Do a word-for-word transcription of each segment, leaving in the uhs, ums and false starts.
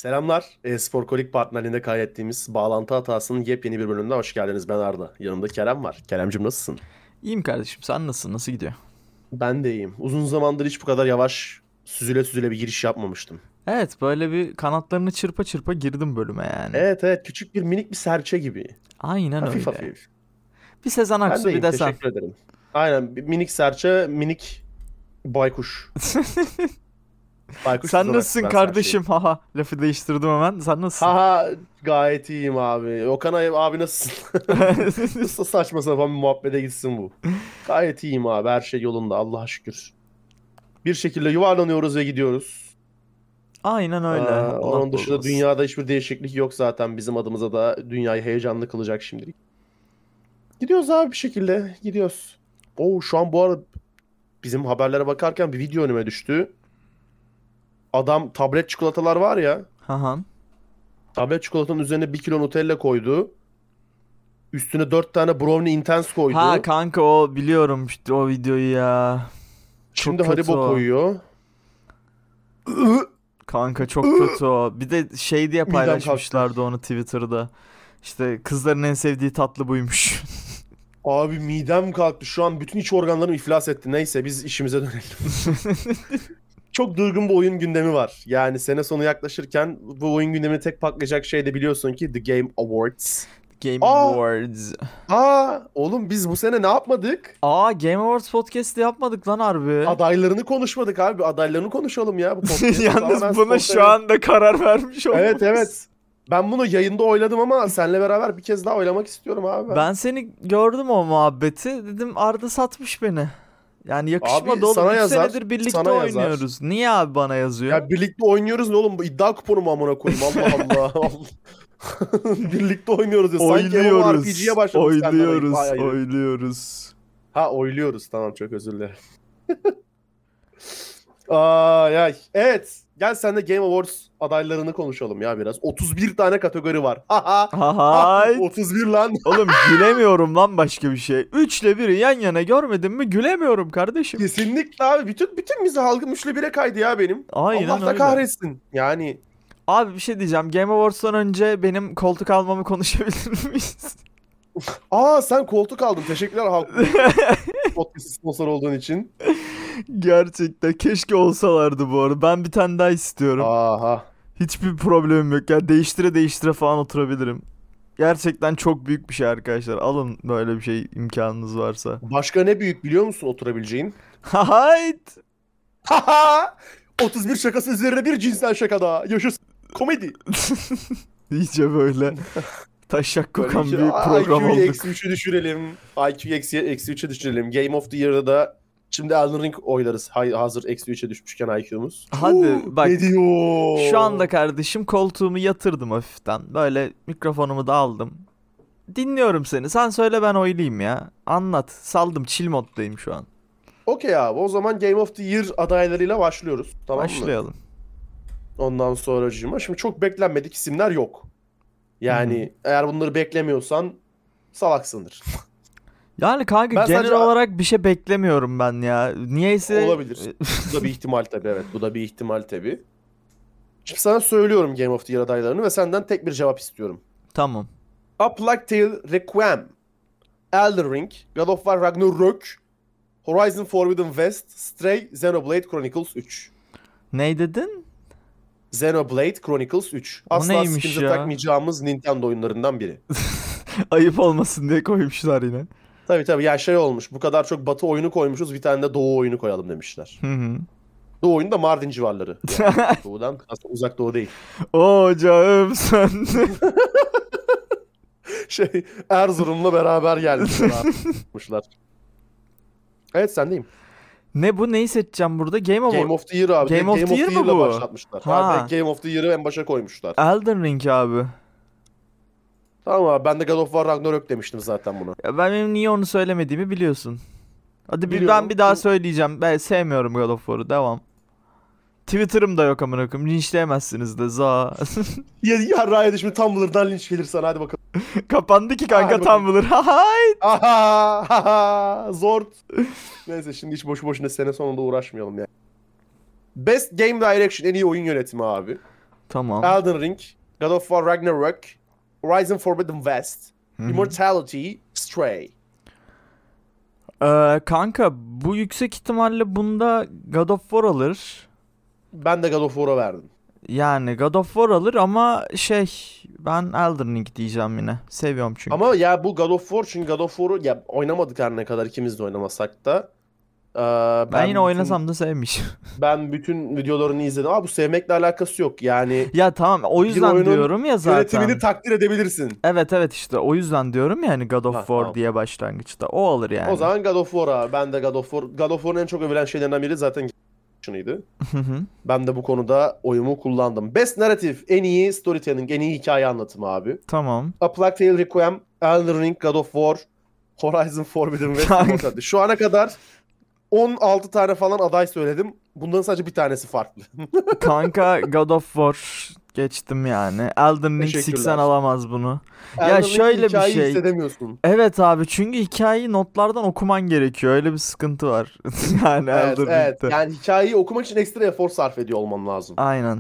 Selamlar. E-Spor Kolik partnerliğinde kaydettiğimiz bağlantı hatasının yepyeni bir bölümüne hoş geldiniz. Ben Arda. Yanımda Kerem var. Keremcim nasılsın? İyiyim kardeşim, sen nasılsın? Nasıl gidiyor? Ben de iyiyim. Uzun zamandır hiç bu kadar yavaş süzüle süzüle bir giriş yapmamıştım. Evet, böyle bir kanatlarını çırpa çırpa girdim bölüme yani. Evet evet, küçük bir minik bir serçe gibi. Aynen Hafif öyle. hafif. Bir Sezen Ben Aksu, de bir iyiyim, de sen. teşekkür ederim. Aynen, bir minik serçe, minik baykuş. Baykuş Sen Sezen Aksu, nasılsın ben serçeyim. kardeşim? Haha, lafı değiştirdim hemen. Sen nasılsın? Haha, gayet iyiyim abi. Okan ay- abi nasılsın? Sa- Saçma sapan bir muhabbete gitsin bu. Gayet iyiyim abi. Her şey yolunda Allah'a şükür. Bir şekilde yuvarlanıyoruz ve gidiyoruz. Aynen Ee, öyle. Allah onun dışında bozmasın. dünyada hiçbir değişiklik yok zaten. Bizim adımıza da dünyayı heyecanlı kılacak şimdilik. Gidiyoruz abi, bir şekilde gidiyoruz. Oo, şu an bu arada bizim haberlere bakarken bir video önüme düştü. Adam tablet çikolatalar var ya. Haha. Tablet çikolatanın üzerine bir kilo Nutella koydu. Üstüne dört tane brownie intense Ha koydu. kanka, o biliyorum işte o videoyu ya. Çok Şimdi kötü Haribo o. koyuyor. Kanka çok kötü o. Bir de şey diye Midem kalktı. paylaşmışlardı onu Twitter'da. İşte kızların en sevdiği tatlı buymuş. Abi midem kalktı. Şu an bütün iç organlarım iflas etti. Neyse, biz işimize dönelim. Çok durgun bir oyun gündemi var. Yani sene sonu yaklaşırken bu oyun gündemini tek patlayacak şey de biliyorsun ki The Game Awards. Game Aa, Awards. aa oğlum, biz bu sene ne yapmadık? Aa, Game Awards podcast'i yapmadık lan harbi. Adaylarını konuşmadık abi. Adaylarını konuşalım ya bu podcast. Tamamen Yalnız buna spontane. şu anda karar vermiş Evet olmamız. evet. Ben bunu yayında oyladım ama seninle beraber bir kez daha oylamak istiyorum abi ben. Ben seni gördüm o muhabbeti. Dedim Arda satmış beni. Yani yakışmadı Abi oğlum. sana üç yazar. senedir birlikte Sana yazar. oynuyoruz. Niye abi bana yazıyor? Ya birlikte oynuyoruz ne oğlum? Bu iddia kuponu mu amına koyayım? Allah Allah. Birlikte oynuyoruz ya. Sanki MMORPG'ye Oyluyoruz. başladık senden ayıp. Ay Oyluyoruz. ayrı. Oyluyoruz. Ha, oyluyoruz. Tamam, çok özür dilerim. Ay ay. Evet. Gel sen de Game Awards adaylarını konuşalım ya biraz. otuz bir tane kategori var. Ha ha. Ha, Hayt. otuz bir lan. Oğlum gülemiyorum lan başka bir şey. Üçle biri yan yana görmedim mi gülemiyorum kardeşim. Kesinlikle abi. Bütün bütün mizah algım üçle bire kaydı ya benim. Aynen Allah da öyle. kahretsin. Yani Abi bir şey diyeceğim. Game Awards'tan önce benim koltuk almamı konuşabilir miyiz? aa, sen koltuk aldın. Teşekkürler Halk Podcast sponsor olduğun için. Gerçekten keşke olsalardı bu arada. Ben bir tane daha istiyorum. Aha. Hiçbir problemim yok. Ya değiştire değiştire falan oturabilirim. Gerçekten çok büyük bir şey arkadaşlar. Alın böyle bir şey imkanınız varsa. Başka ne büyük biliyor musun oturabileceğin? Hayt. Haha! otuz bir şakası üzerine bir cinsel şaka daha. Yaşasın. Komedi. İyice böyle taşak Böyle kokan iki- bir Aa, program I Q'yu olduk. eksi üçe düşürelim. I Q'yu eksi, eksi üçe düşürelim. Game of the Year'da da şimdi Elden Ring oylarız. Hay- hazır eksi üçe düşmüşken I Q'muz. Hadi Huu, bak. Ne diyor? Şu anda kardeşim koltuğumu yatırdım hafiften. Böyle mikrofonumu da aldım. Dinliyorum seni. Sen söyle ben oylayayım ya. Anlat. Saldım. Chill moddayım şu an. Okey abi, o zaman Game of the Year adaylarıyla başlıyoruz. Tamam mı? Başlayalım. Ondan sonracığıma. Şimdi çok beklenmedik isimler yok. Yani Hı hı. eğer bunları beklemiyorsan salaksındır. Yani kanka Ben genel sadece- olarak bir şey beklemiyorum ben ya. Niyeyse... Olabilir. Bu da bir ihtimal tabii, evet. Bu da bir ihtimal tabii. Şimdi sana söylüyorum Game of the Year adaylarını ve senden tek bir cevap istiyorum. Tamam. A Plague Tale Requiem, Elden Ring, God of War Ragnarök, Horizon Forbidden West, Stray, Xenoblade Chronicles üç. Ney dedin? Xenoblade Chronicles üç. O Asla neymiş sikimize ya? takmayacağımız Nintendo oyunlarından biri. Ayıp olmasın diye koymuşlar yine. Tabii tabii, ya şey olmuş. Bu kadar çok Batı oyunu koymuşuz, bir tane de Doğu oyunu koyalım demişler. Hı hı. Doğu oyunu da Mardin civarları. Yani Doğudan aslında uzak Doğu değil. Ocağım sen. Şey, Erzurum'la beraber gelmişler. Yapmışlar. Evet, sendeyim. Ne bu, neyi seçeceğim burada? Game Award. Game of the Year abi. Game Game of of the the Year mı Year'la bu? başlatmışlar. Ha. Ha. Game of the Year'ı en başa koymuşlar. Elden Ring abi. Tamam abi, ben de God of War Ragnarök demiştim zaten buna. Ya ben benim niye onu söylemediğimi biliyorsun. Hadi bir, Biliyorum. ben bir daha söyleyeceğim. Ben sevmiyorum God of War'u. Devam. Twitter'ım da yok amına koyayım. Linçleyemezsiniz de za. Ya, ya Riot şimdi Tumblr'dan linç gelir sana, hadi bakalım. Kapandı ki kanka Hadi bakalım. Tumblr. Hay. Aha, aha, zor. Neyse, şimdi hiç boşu boşuna sene sonunda uğraşmayalım yani. Best Game Direction, en iyi oyun yönetimi abi. Tamam. Elden Ring, God of War Ragnarok, Horizon Forbidden West, Hı hı. Immortality, Stray. Ee, kanka bu yüksek ihtimalle bunda God of War alır. Ben de God of War'a verdim. Yani God of War alır ama şey ben Elden Ring diyeceğim yine. Seviyorum çünkü. Ama ya bu God of War, çünkü God of War'u ya oynamadık her ne kadar ikimiz de oynamasak da. Ee, ben, ben yine bütün, oynasam da sevmişim. Ben bütün videolarını izledim. Ama bu sevmekle alakası yok. Yani Ya tamam o bir yüzden oyunun diyorum ya zaten. yönetimini takdir edebilirsin. Evet evet işte o yüzden diyorum ya hani God of Ha, War tamam. diye başlangıçta. O alır yani. O zaman God of War abi. Ben de God of War. God of War'un en çok övülen şeylerinden biri zaten şunuydu. Hı hı. Ben de bu konuda oyumu kullandım. Best Narrative, en iyi storytelling, en iyi hikaye anlatımı abi. Tamam. A Plague Tale Requiem, Elden Ring, God of War, Horizon Forbidden West, Immortality. Şu ana kadar on altı tane falan aday söyledim. Bunların sadece bir tanesi farklı. Kanka God of War geçtim yani. Elden Ring Teşekkürler. siksen alamaz bunu. Elden Ya Ring'de şöyle bir hikayeyi şey. hissedemiyorsun. Evet abi çünkü hikayeyi notlardan okuman gerekiyor. Öyle bir sıkıntı var. yani Evet, Elden evet. Ring'de. Yani hikayeyi okumak için ekstra efor sarf ediyor olman lazım. Aynen.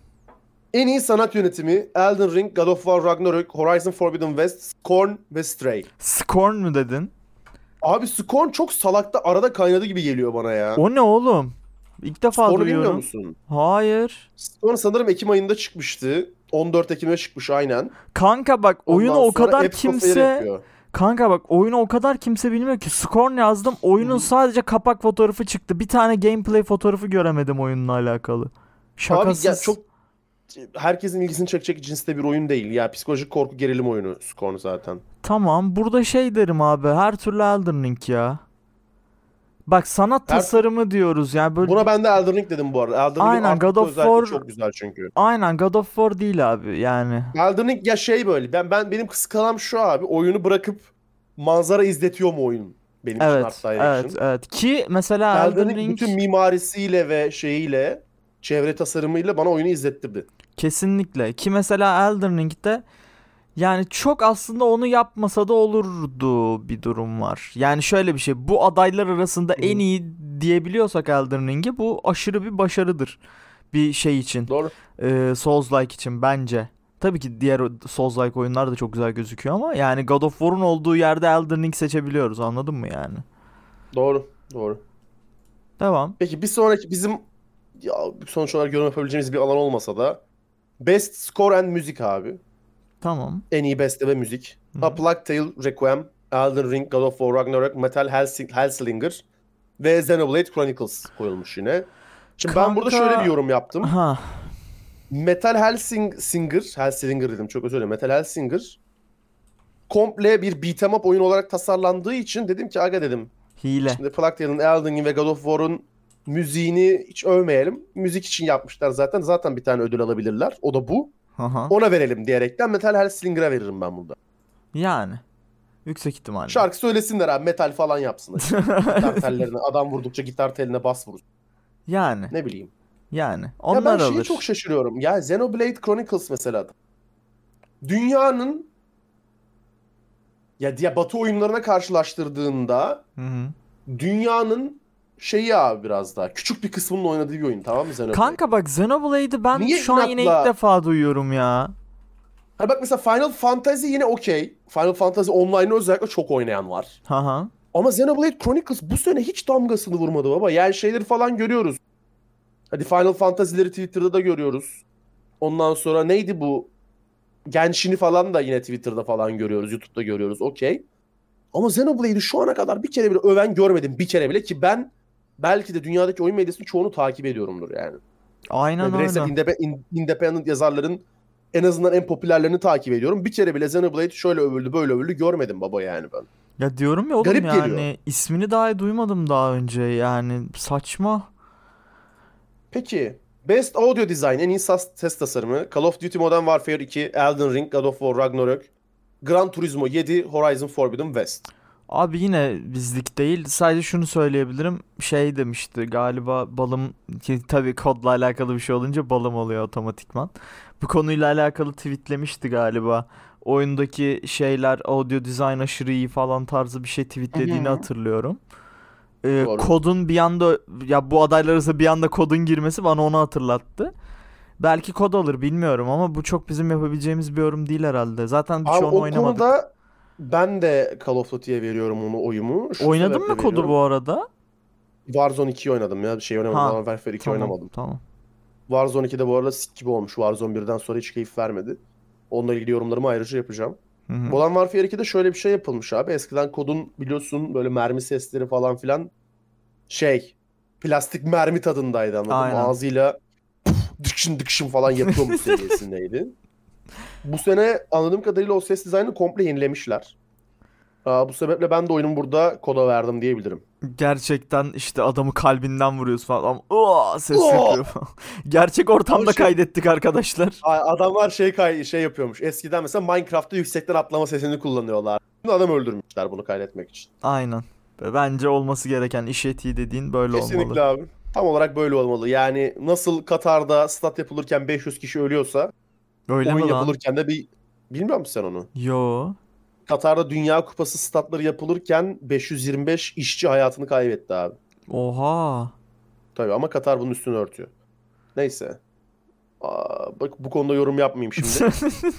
En iyi sanat yönetimi Elden Ring, God of War Ragnarok, Horizon Forbidden West, Scorn ve Stray. Scorn mu dedin? Abi Scorn çok salakta arada kaynadı gibi geliyor bana ya. O ne oğlum? İlk defa Scorn'u bilmiyor duyuyorum. musun? Hayır. Scorn sanırım Ekim ayında çıkmıştı. on dört Ekim'e çıkmış aynen. Kanka bak oyunu Ondan o sonra kadar Epic of Fair kimse yapıyor. Kanka bak oyunu o kadar kimse bilmiyor ki. Scorn yazdım. Oyunun Hı hı. sadece kapak fotoğrafı çıktı. Bir tane gameplay fotoğrafı göremedim oyunla alakalı. Şakasız. Abi ya çok herkesin ilgisini çekecek cinste bir oyun değil. Ya psikolojik korku gerilim oyunu Scorn zaten. Tamam burada şey derim abi. Her türlü Elden Ring ya. Bak sanat Her- tasarımı diyoruz yani böyle. Buna ben de Elden Ring dedim bu arada. Elden Ring'in Aynen, artwork'ü God of özellikle War- çok güzel çünkü. Aynen God of War değil abi yani. Elden Ring ya şey böyle. Ben ben benim kıskalam şu abi. Oyunu bırakıp manzara izletiyor mu oyun? Benim için Evet, Art Direction. evet, evet. Ki mesela Elden Elden Ring Ring bütün mimarisiyle ve şeyiyle, çevre tasarımıyla bana oyunu izlettirdi. kesinlikle. Ki mesela Elden Ring'de yani çok aslında onu yapmasa da olurdu bir durum var. Yani şöyle bir şey. Bu adaylar arasında en Hı. iyi diyebiliyorsak Elden Ring'i bu aşırı bir başarıdır. Bir şey için. Doğru. Ee, Souls-like için bence. Tabii ki diğer Souls-like oyunlar da çok güzel gözüküyor ama yani God of War'un olduğu yerde Elden Ring seçebiliyoruz. Anladın mı yani? Doğru. Doğru. Devam. Peki bir sonraki bizim ya, sonuç olarak yorum yapabileceğimiz bir alan olmasa da Best Score and Music abi. Tamam. En iyi beste ve müzik. Hı. A Plague Tale Requiem, Elden Ring, God of War Ragnarok, Metal Hellsing- Hellslinger ve Xenoblade Chronicles koyulmuş yine. Şimdi ben burada Kanka- şöyle bir yorum yaptım. Ha. Metal Hellsinger, Hellslinger dedim çok özür dilerim. Metal Hellsinger komple bir beat'em up oyun olarak tasarlandığı için dedim ki aga dedim. Hile. Şimdi Plague Tale'ın, Elden Ring ve God of War'un müziğini hiç övmeyelim. Müzik için yapmışlar zaten. Zaten bir tane ödül alabilirler. O da bu. Aha. Ona verelim diyerekten Metal Hellslinger'a veririm ben burada. Yani. Yüksek ihtimalle. Şarkı söylesinler abi. Metal falan yapsınlar. Gitar tellerine adam vurdukça gitar teline bas vurur. yani. Ne bileyim. Yani. Ya Onlar ben şeye alır. çok şaşırıyorum. Ya Xenoblade Chronicles mesela. Dünyanın ya diye Batı oyunlarına karşılaştırdığında Hı hı. dünyanın şeyi abi biraz daha küçük bir kısmının oynadığı bir oyun, tamam mı Xenoblade? Kanka bak Xenoblade'i ben Niye şu an yine inatla- ilk defa duyuyorum ya. Hani bak mesela Final Fantasy yine okey. Final Fantasy Online'ı özellikle çok oynayan var. Haha. Ama Xenoblade Chronicles bu sene hiç damgasını vurmadı baba. Yani şeyleri falan görüyoruz. Hadi Final Fantasy'leri Twitter'da da görüyoruz. Ondan sonra neydi bu? Genshin'i falan da yine Twitter'da falan görüyoruz. YouTube'da görüyoruz. Okey. Ama Xenoblade'i şu ana kadar bir kere bile öven görmedim. Bir kere bile ki ben belki de dünyadaki oyun medyasının çoğunu takip ediyorumdur yani. Aynen Yani bireysel öyle. indep- in- independent yazarların en azından en popülerlerini takip ediyorum. Bir kere bile Xenoblade şöyle övüldü böyle övüldü görmedim baba yani ben. Ya diyorum ya oğlum Garip yani geliyor. ismini dahi duymadım daha önce yani saçma. Peki Best Audio Design, en iyi sas- ses tasarımı Call of Duty Modern Warfare iki, Elden Ring, God of War Ragnarok, Gran Turismo yedi, Horizon Forbidden West. Abi yine bizlik değil. Sadece şunu söyleyebilirim. Şey demişti galiba balım ki tabii kodla alakalı bir şey olunca balım oluyor otomatikman. Bu konuyla alakalı tweetlemişti galiba. Oyundaki şeyler audio design aşırı iyi falan tarzı bir şey tweetlediğini Hı hı. hatırlıyorum. Ee, Doğru. kodun bir anda ya bu adaylar arasında bir anda kodun girmesi bana onu hatırlattı. Belki kod alır bilmiyorum ama bu çok bizim yapabileceğimiz bir yorum değil herhalde. Zaten Abi birçoğunu o oynamadık. konuda ben de Call of Duty'ye veriyorum onu oyumu. Şu Oynadın sebeple mı kodu veriyorum. bu arada? Warzone ikiyi oynadım ya. Bir şey oynamadım. Ha, Modern Warfare iki Tamam oynamadım. tamam. Warzone ikide bu arada sik gibi olmuş. Warzone birden sonra hiç keyif vermedi. Onunla ilgili yorumlarımı ayrıca yapacağım. Hı hı. Modern Warfare ikide şöyle bir şey yapılmış abi. Eskiden kodun biliyorsun böyle mermi sesleri falan filan şey plastik mermi tadındaydı, anladın mı? Aynen. Ağzıyla puf, dıkşın dıkşın falan yapıyormuş seviyesindeydi. Bu sene anladığım kadarıyla o ses dizaynını komple yenilemişler. Aa, bu sebeple ben de oyunumu burada koda verdim diyebilirim. Gerçekten işte adamı kalbinden vuruyorsun falan. Adam "Aa!" ses Oo! yapıyor falan. Gerçek ortamda Ama şey- kaydettik arkadaşlar. A- Adamlar şey kay şey yapıyormuş. Eskiden mesela Minecraft'ta yüksekten atlama sesini kullanıyorlar. Şimdi adam öldürmüşler bunu kaydetmek için. Aynen. Bence olması gereken iş etiği dediğin böyle Kesinlikle olmalı. abi. Tam olarak böyle olmalı. Yani nasıl Katar'da stat yapılırken beş yüz kişi ölüyorsa Öyle oyun mi lan? yapılırken de bir... Bilmiyor musun sen onu? Yo. Katar'da Dünya Kupası statları yapılırken beş yüz yirmi beş işçi hayatını kaybetti abi. Oha. Tabii ama Katar bunun üstünü örtüyor. Neyse. Aa, bak bu konuda yorum yapmayayım şimdi.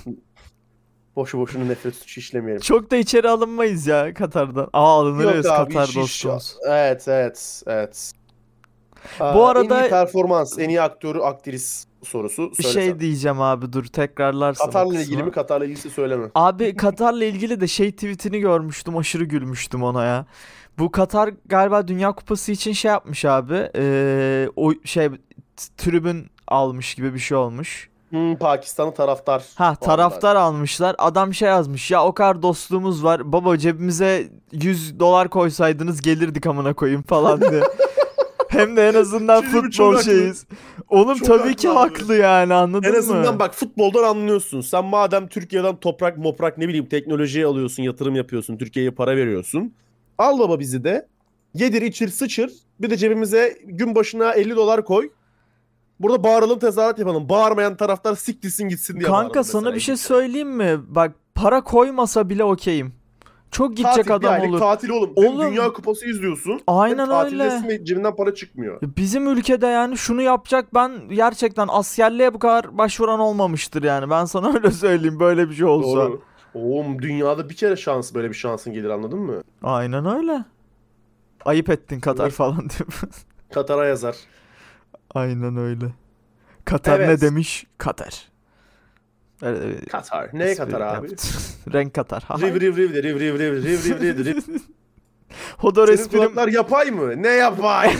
Boşu boşuna nefret suçu işlemeyelim. Çok da içeri alınmayız ya Katar'dan. Aa alınırız Yok abi Katar hiç, hiç. dostumuz. Evet evet evet. Aa, Bu arada- en iyi performans, en iyi aktörü, aktris sorusu Bir söylesem. şey diyeceğim abi dur tekrarlarsın o Katar'la kısmı. ilgili mi, Katar'la ilgisi söyleme. Abi Katar'la ilgili de şey tweetini görmüştüm, aşırı gülmüştüm ona ya. Bu Katar galiba Dünya Kupası için şey yapmış abi. Ee, o şey t- tribün almış gibi bir şey olmuş. Hmm, Pakistan'ı taraftar. Ha taraftar almışlar. Adam şey yazmış ya, o kadar dostluğumuz var. Baba cebimize yüz dolar koysaydınız gelirdik amına koyayım falan diye. Hem de en azından Şimdi çok futbol haklı. şeyiz. Oğlum Çok tabii haklı ki abi. haklı yani, anladın En mı? azından bak futboldan anlıyorsun. Sen madem Türkiye'den toprak moprak ne bileyim teknolojiye alıyorsun, yatırım yapıyorsun, Türkiye'ye para veriyorsun. Al baba bizi de. Yedir içir sıçır. Bir de cebimize gün başına elli dolar koy. Burada bağıralım, tezahürat yapalım. Bağırmayan taraftar siktirsin gitsin diye Kanka bağıralım sana mesela bir şey İngiltere. söyleyeyim mi? Bak para koymasa bile okeyim. Çok gidecek Tatil, bir adam aylık olur. tatil oğlum. Hem Oğlum. Dünya Kupası izliyorsun. Aynen hem tatildesin öyle. ve cebinden para çıkmıyor. Bizim ülkede yani şunu yapacak, ben gerçekten askerliğe bu kadar başvuran olmamıştır yani. Ben sana öyle söyleyeyim, böyle bir şey olsa. Doğru. Oğlum dünyada bir kere şans, böyle bir şansın gelir, anladın mı? Aynen öyle. Ayıp ettin Katar Evet. falan diyor. Katar'a yazar. Aynen öyle. Katar Evet. ne demiş? Katar. Öyle- Katar. Ne espri Katar abi? yaptı. Renk Katar. Ha, Riv riv riv de riv riv riv riv riv riv riv. Hodor Senin esprim. kulaklar yapay mı? Ne yapay?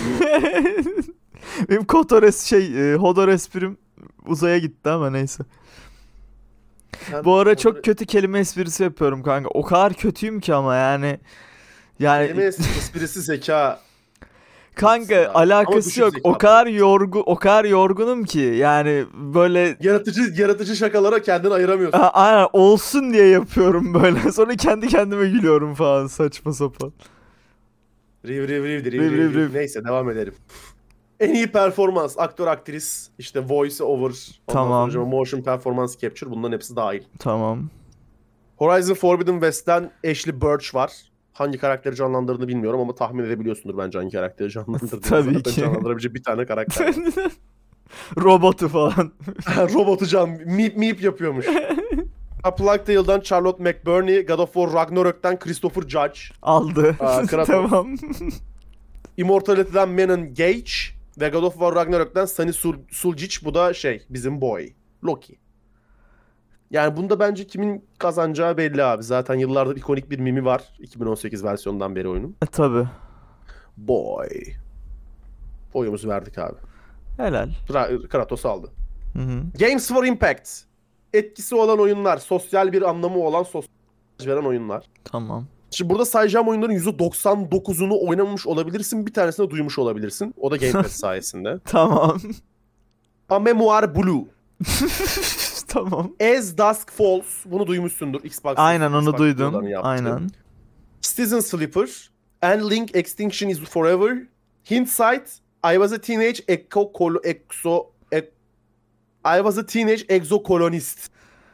Benim Kotores şey e, Hodor esprim uzaya gitti ama neyse. Sen- Bu ara çok Hodor- kötü kelime esprisi yapıyorum kanka. O kadar kötüyüm ki ama yani. Yani Kelime esprisi zeka. kanka ya. Ama alakası düşük yok. zeka O kadar yorgu o kadar yorgunum ki yani böyle Yaratıcı yaratıcı şakalara kendini ayıramıyorsun. a- aynen olsun diye yapıyorum böyle. Sonra kendi kendime gülüyorum falan, saçma sapan. Riv riv riv de riv Riv, riv riv, riv. riv. Neyse devam edelim. En iyi performans, aktör, aktris, işte voice over, ondan Tamam. sonra motion performance capture, bunların hepsi dahil. Tamam. Horizon Forbidden West'ten Ashley Birch var. Hangi karakteri canlandırdığını bilmiyorum ama tahmin edebiliyorsundur bence hangi karakteri canlandırdığını. Tabii Zaten ki. canlandırabilecek bir tane karakter var. Robotu falan. Robotu can mip mip yapıyormuş. A Plague Tale'dan Charlotte McBurney, God of War Ragnarok'tan Christopher Judge, Aldı. Aa, Kratos. Tamam. Immortality'den Menon Gage ve God of War Ragnarok'tan Sunny Sul- Suljic, bu da şey bizim boy Loki. Yani bunda bence kimin kazanacağı belli abi. Zaten yıllardır ikonik bir mimi var. iki bin on sekiz versiyonundan beri oyunun. E, tabii. Boy. Oyumuzu verdik abi. Helal. Ra- Kratos aldı. Hı hı. Games for Impact. Etkisi olan oyunlar. Sosyal bir anlamı olan, sosyal veren oyunlar. Tamam. Şimdi burada sayacağım oyunların yüzde doksan dokuzunu oynamamış olabilirsin. Bir tanesini duymuş olabilirsin. O da Game Pass sayesinde. Tamam. A Memoir Blue. Tamam. As Dusk Falls. Bunu duymuşsundur. Xbox. Aynen onu Xbox duydum. videolarını yaptı. Aynen. Citizen Sleeper. And Link Extinction is Forever. Hindsight. I was a teenage eco col exo e- I was a teenage exocolonist.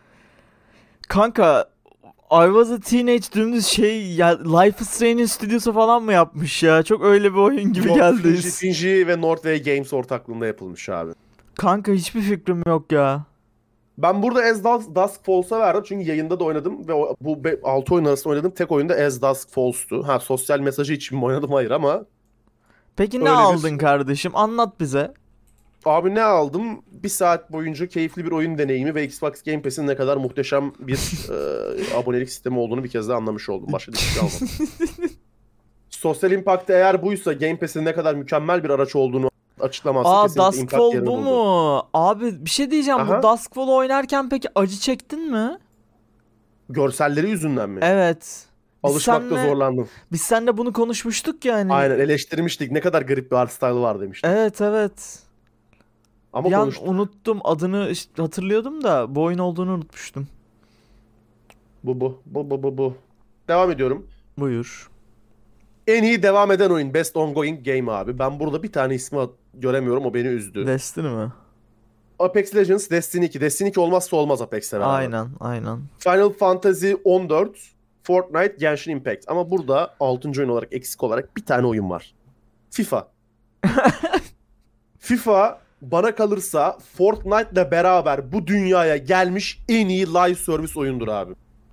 Kanka I was a teenage dümdüz şey ya, Life is Strange'in stüdyosu falan mı yapmış ya? Çok öyle bir oyun gibi Yok, geldi. Finji, Finji ve Northway Games ortaklığında yapılmış abi. Kanka hiçbir fikrim yok ya. Ben burada As Dusk, Dusk Falls'a verdim çünkü yayında da oynadım ve o- bu altı oyun arasında oynadığım tek oyunda As Dusk Falls'tu. Ha, sosyal mesajı için mi oynadım, hayır, ama Peki ne öyle bir... aldın kardeşim? Anlat bize. Abi ne aldım? Bir saat boyunca keyifli bir oyun deneyimi ve Xbox Game Pass'in ne kadar muhteşem bir e, abonelik sistemi olduğunu bir kez daha anlamış oldum. Başka bir şey almadım. Sosyal Impact eğer buysa, Game Pass'in ne kadar mükemmel bir araç olduğunu açıklamazsa Aa, kesinlikle Impact Duskfall yerini bu buldu. mu? Abi bir şey diyeceğim. Aha. Bu Duskfall oynarken peki acı çektin mi? Görselleri yüzünden mi? Evet. Biz Alışmakta senle, zorlandım. biz seninle bunu konuşmuştuk ya hani. Aynen, eleştirmiştik. Ne kadar garip bir art style var demiştik. Evet evet. Ama Bir an konuştuk. unuttum adını, işte hatırlıyordum da bu oyun olduğunu unutmuştum. Bu bu. Bu bu bu bu. Devam ediyorum. Buyur. En iyi devam eden oyun. Best Ongoing Game abi. Ben burada bir tane ismi at- göremiyorum. O beni üzdü. Destiny mi? Apex Legends, Destiny iki. Destiny iki olmazsa olmaz Apex'le beraber. Aynen aynen. Final Fantasy on dört, Fortnite, Genshin Impact. Ama burada altıncı oyun olarak, eksik olarak bir tane oyun var. FIFA. FIFA bana kalırsa Fortnite'la beraber bu dünyaya gelmiş en iyi live service oyundur abi.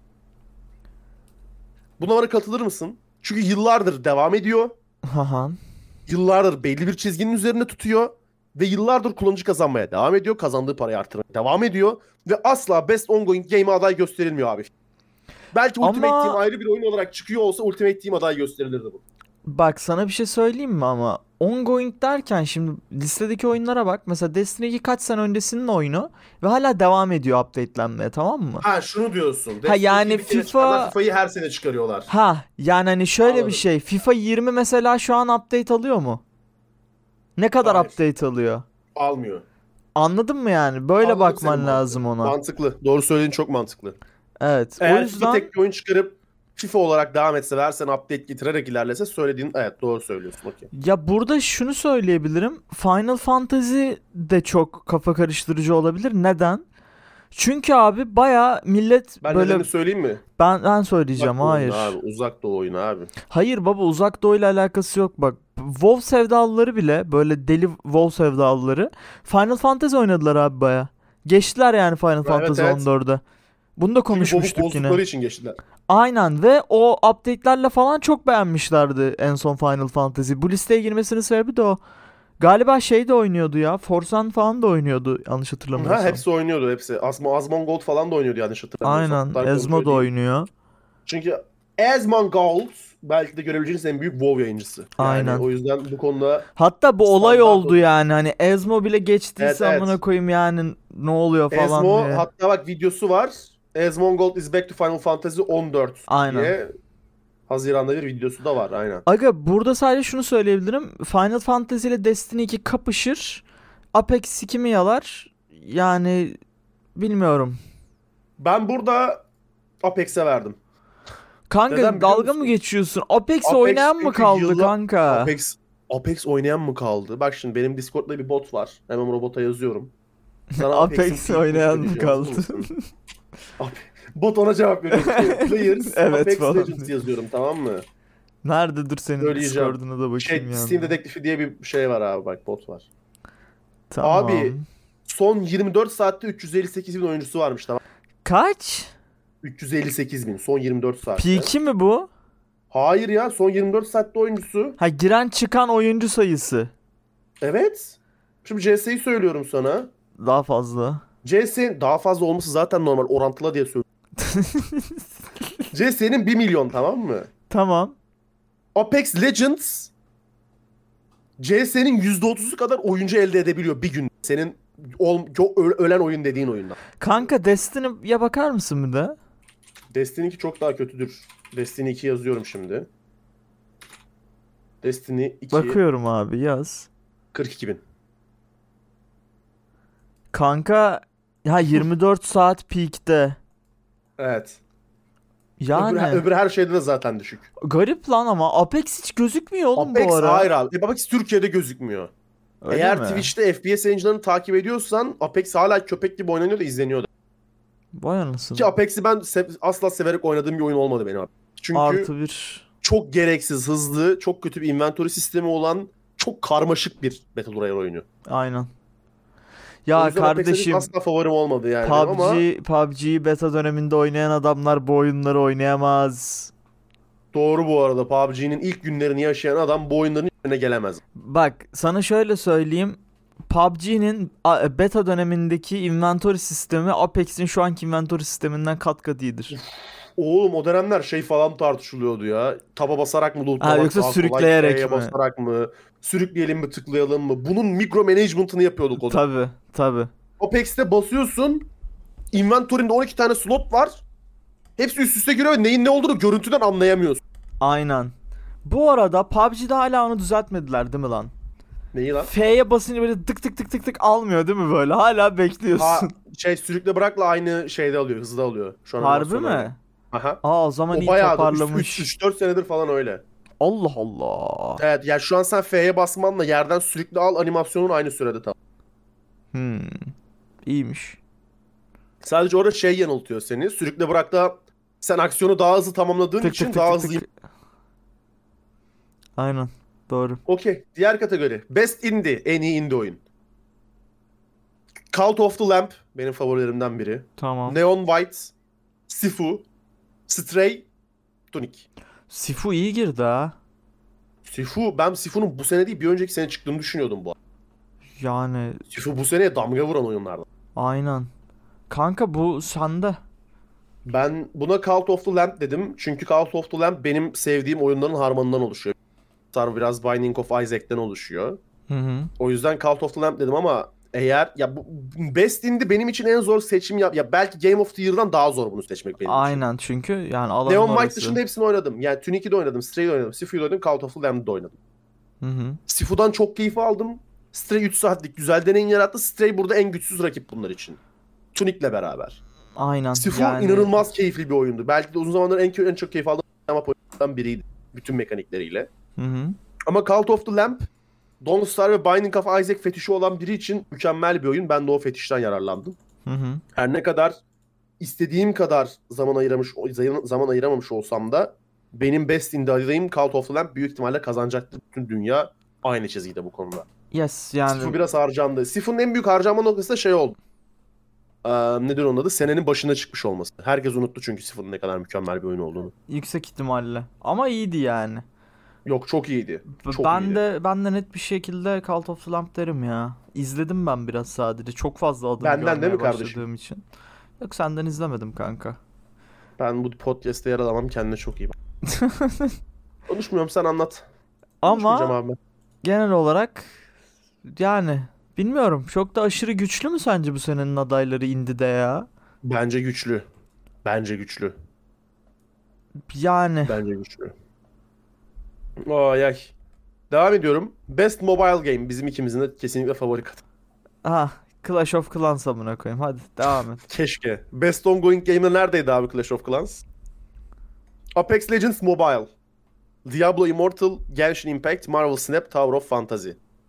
Buna bana katılır mısın? Çünkü yıllardır devam ediyor. Haha. Yıllardır belli bir çizginin üzerinde tutuyor. Ve yıllardır kullanıcı kazanmaya devam ediyor. Kazandığı parayı artırmaya devam ediyor. Ve asla Best Ongoing Game'e aday gösterilmiyor abi. Belki Ultimate Ama- Team ayrı bir oyun olarak çıkıyor olsa Ultimate Team aday gösterilirdi bu. Bak sana bir şey söyleyeyim mi ama ongoing derken şimdi listedeki oyunlara bak. Mesela Destiny iki kaç sene öncesinin oyunu ve hala devam ediyor update'lenmeye, tamam mı? Ha, şunu diyorsun. Ha, yani Destiny bir kere FIFA- çıkarlar, FIFA'yı her sene çıkarıyorlar. Ha yani hani şöyle Anladım. bir şey. FIFA yirmi mesela şu an update alıyor mu? Ne kadar Hayır. update alıyor? Almıyor. Anladın mı yani? Böyle Anladım bakman senin lazım mantığını. ona. Mantıklı. Doğru söylediğin çok mantıklı. Evet. Eğer o yüzden FIFA tek bir oyun çıkarıp FIFA olarak devam etse ve her sene update getirerek ilerlese, söylediğin evet, doğru söylüyorsun. Okey. ya burada şunu söyleyebilirim. Final Fantasy de çok kafa karıştırıcı olabilir. Neden? Çünkü abi baya millet Ben böyle nedenini söyleyeyim mi? ben ben söyleyeceğim, Uzak Doğu hayır. oyunu abi. Uzak Doğu oyunu abi. Hayır baba, Uzak Doğu'yla alakası yok bak. WoW sevdalıları bile, böyle deli WoW sevdalıları Final Fantasy oynadılar abi baya. Geçtiler yani Final Evet, Fantasy evet. on dörde. Bunu da Çünkü bobuk konuşmuştuk bozdukları yine. için geçtiler. Aynen, ve o update'lerle falan çok beğenmişlerdi en son Final Fantasy. Bu listeye girmesinin sebebi de o. Galiba şey de oynuyordu ya. Forsan falan da oynuyordu yanlış hatırlamıyorsam. Ha, hepsi oynuyordu hepsi. Asmo, Asmongold falan da oynuyordu yanlış hatırlamıyorsam. Aynen. Hatta Ezmo kontrol da edeyim. oynuyor. Çünkü Asmongold belki de görebileceğiniz en büyük WoW yayıncısı. Yani Aynen. o yüzden bu konuda Hatta bu olay Standart oldu o- yani. Hani Ezmo bile geçtiyse Evet, evet. amına koyayım yani, ne oluyor falan Ezmo, diye. hatta bak videosu var. Asmongold is back to Final Fantasy on dört Aynen. diye Haziran'da bir videosu da var, aynen. Aga burada sadece şunu söyleyebilirim. Final Fantasy ile Destiny iki kapışır. Apex iki mi yalar? Yani bilmiyorum. Ben burada Apex'e verdim. Kanka Neden biliyor dalga musun? mı geçiyorsun? Apex, Apex oynayan mı çünkü kaldı yılla- kanka? Apex Apex oynayan mı kaldı? Bak şimdi benim Discord'da bir bot var. Hemen robota yazıyorum. Sana Apex Apex'in oynayan mı söyleyeceğim, hazır kaldı? mısın? Ape- Bot ona cevap veriyor. Players Evet Apex falan Legends diyor. yazıyorum, tamam mı? Nerede, dur senin Söyleyeceğim. Discord'una da bakayım Şey, yani. Steam Dedektifi diye bir şey var abi, bak bot var. Tamam. Abi son yirmi dört saatte üç yüz elli sekiz bin oyuncusu varmış, tamam. Kaç? üç yüz elli sekiz bin son yirmi dört saatte. P iki mi bu? Hayır ya, son yirmi dört saatte oyuncusu. Ha, giren çıkan oyuncu sayısı. Evet. Şimdi C S'yi söylüyorum sana. Daha fazla. C S daha fazla olması zaten normal, orantıla diye söylüyorum. C S'nin bir milyon, tamam mı? Tamam. Apex Legends C S'nin yüzde otuzu kadar oyuncu elde edebiliyor bir gün. Senin ol, ö- ölen oyun dediğin oyundan. Kanka Destiny'ye bakar mısın bir de? Destiny iki çok daha kötüdür. Destiny iki yazıyorum şimdi. Destiny iki Bakıyorum abi, yaz. kırk iki bin. Kanka ya yirmi dört saat peak'te. Evet. Yani Öbür, öbür her şeyde de zaten düşük. garip lan, ama Apex hiç gözükmüyor oğlum Apex bu ara. hayır abi. E, Apex Türkiye'de gözükmüyor. Öyle Eğer mi? Twitch'te F P S yayıncılarını takip ediyorsan Apex hala köpek gibi oynanıyor da izleniyor da. Vay anasını. Ki Apex'i ben se- asla severek oynadığım bir oyun olmadı benim abi. Çünkü Artı bir. çok gereksiz, hızlı, çok kötü bir inventory sistemi olan çok karmaşık bir Battle Royale oyunu. Aynen. O Ya yüzden Apex Legends kardeşim, asla favorim olmadı yani benim ama PUBG, P U B G'yi beta döneminde oynayan adamlar bu oyunları oynayamaz. doğru bu arada. P U B G'nin ilk günlerini yaşayan adam bu oyunların hiçbirine gelemez. Bak sana şöyle söyleyeyim. P U B G'nin a- beta dönemindeki inventory sistemi Apex'in şu anki inventory sisteminden kat kat iyidir. Oğlum o dönemler şey falan tartışılıyordu ya. Taba basarak mı Ha, lootlamak yoksa daha kolay, sürükleyerek F'ye mi? basarak mı? Sürükleyelim mi, tıklayalım mı? Bunun mikro management'ını yapıyorduk o dönem. Tabi tabi. Apex'te basıyorsun. Inventory'inde on iki tane slot var. Hepsi üst üste giriyor ve neyin ne olduğunu görüntüden anlayamıyorsun. Aynen. Bu arada P U B G'de hala onu düzeltmediler değil mi lan? Neyi lan? F'ye basınca böyle tık tık tık tık tık almıyor değil mi böyle? Hala Ha, bekliyorsun. şey sürükle bırakla aynı şeyde alıyor, hızda alıyor. Şu an Harbi animasyonu öyle. mi? Aha. Aa, o zaman O iyi bayağı da toparlamış. üç dört senedir falan öyle. Allah Allah. Evet yani şu an sen F'ye basmanla yerden sürükle al animasyonun aynı sürede tamam. Hmm. İyiymiş. Sadece orada şey yanıltıyor seni. Sürükle bırakla sen aksiyonu daha hızlı tamamladığın Tık için tık tık daha tık hızlı. tık. Aynen. Doğru. Okey. Diğer kategori. Best Indie. En iyi indie oyun. Cult of the Lamp benim favorilerimden biri. Tamam. Neon White, Sifu, Stray, Tunic. Sifu iyi girdi ha. Sifu, ben Sifu'nun bu sene değil bir önceki sene çıktığını düşünüyordum bu arada. Yani Sifu bu seneye damga vuran oyunlardan. aynen. Kanka bu sende. Ben buna Cult of the Lamp dedim. Çünkü Cult of the Lamp benim sevdiğim oyunların harmanından oluşuyor. Biraz Binding of Isaac'ten oluşuyor. Hı hı. O yüzden Cult of the Lamp dedim ama eğer ya bu Best Indie benim için en zor seçim ya, ya belki Game of the Year'dan daha zor bunu seçmek benim için. Aynen çünkü yani alanın Neon orası. White dışında hepsini oynadım. Yani Tunic'i de oynadım, Stray'i de oynadım, Sifu'yu da oynadım, Cult of the Lamb'ı da oynadım. Hı hı. Sifu'dan çok keyif aldım. Stray üç saatlik güzel deneyim yarattı. Stray burada en güçsüz rakip bunlar için. Tunic'le beraber. Aynen. Sifu yani... inanılmaz keyifli bir oyundu. Belki de uzun zamandır en, en çok keyif aldığım oyunlardan biriydi. Bütün mekanikleriyle. Hı hı. Ama Cult of the Lamp, Don't Starve ve Binding of Isaac fetişi olan biri için mükemmel bir oyun. Ben de o fetişten yararlandım. Hı hı. Her ne kadar istediğim kadar zaman ayıramış zaman ayıramamış olsam da benim best indie adayım Cult of the Lamp büyük ihtimalle kazanacaktır. Bütün dünya aynı çizgide bu konuda. Yes yani. Sifu biraz harcandı. Sifu'nun en büyük harcanma noktası da şey oldu. Ee, nedir onun adı? Senenin başına çıkmış olması. Herkes unuttu çünkü Sifu'nun ne kadar mükemmel bir oyun olduğunu. Yüksek ihtimalle. Ama iyiydi yani. Yok çok iyiydi. Çok ben iyiydi. de ben de net bir şekilde Cult of the Lamp derim ya. İzledim ben biraz sadece. Çok fazla adını Benden değil görmeye mi kardeşim? başladığım için. Yok, senden izlemedim kanka. Ben bu podcast'te yer alamam. Kendine çok iyi bak. Konuşmuyorum, sen anlat. Konuşmayacağım Ama abi ben. genel olarak yani bilmiyorum. Çok da aşırı güçlü mü sence bu senenin adayları Indie'de ya? Bence güçlü. Bence güçlü. Yani Bence güçlü. Ay ay. Devam ediyorum. Best Mobile Game. Bizim ikimizin de kesinlikle favori kat. ha Clash of Clans amına koyayım. Hadi devam et. Keşke. Best Ongoing Game'de neredeydi abi Clash of Clans? Apex Legends Mobile. Diablo Immortal, Genshin Impact, Marvel Snap, Tower of Fantasy.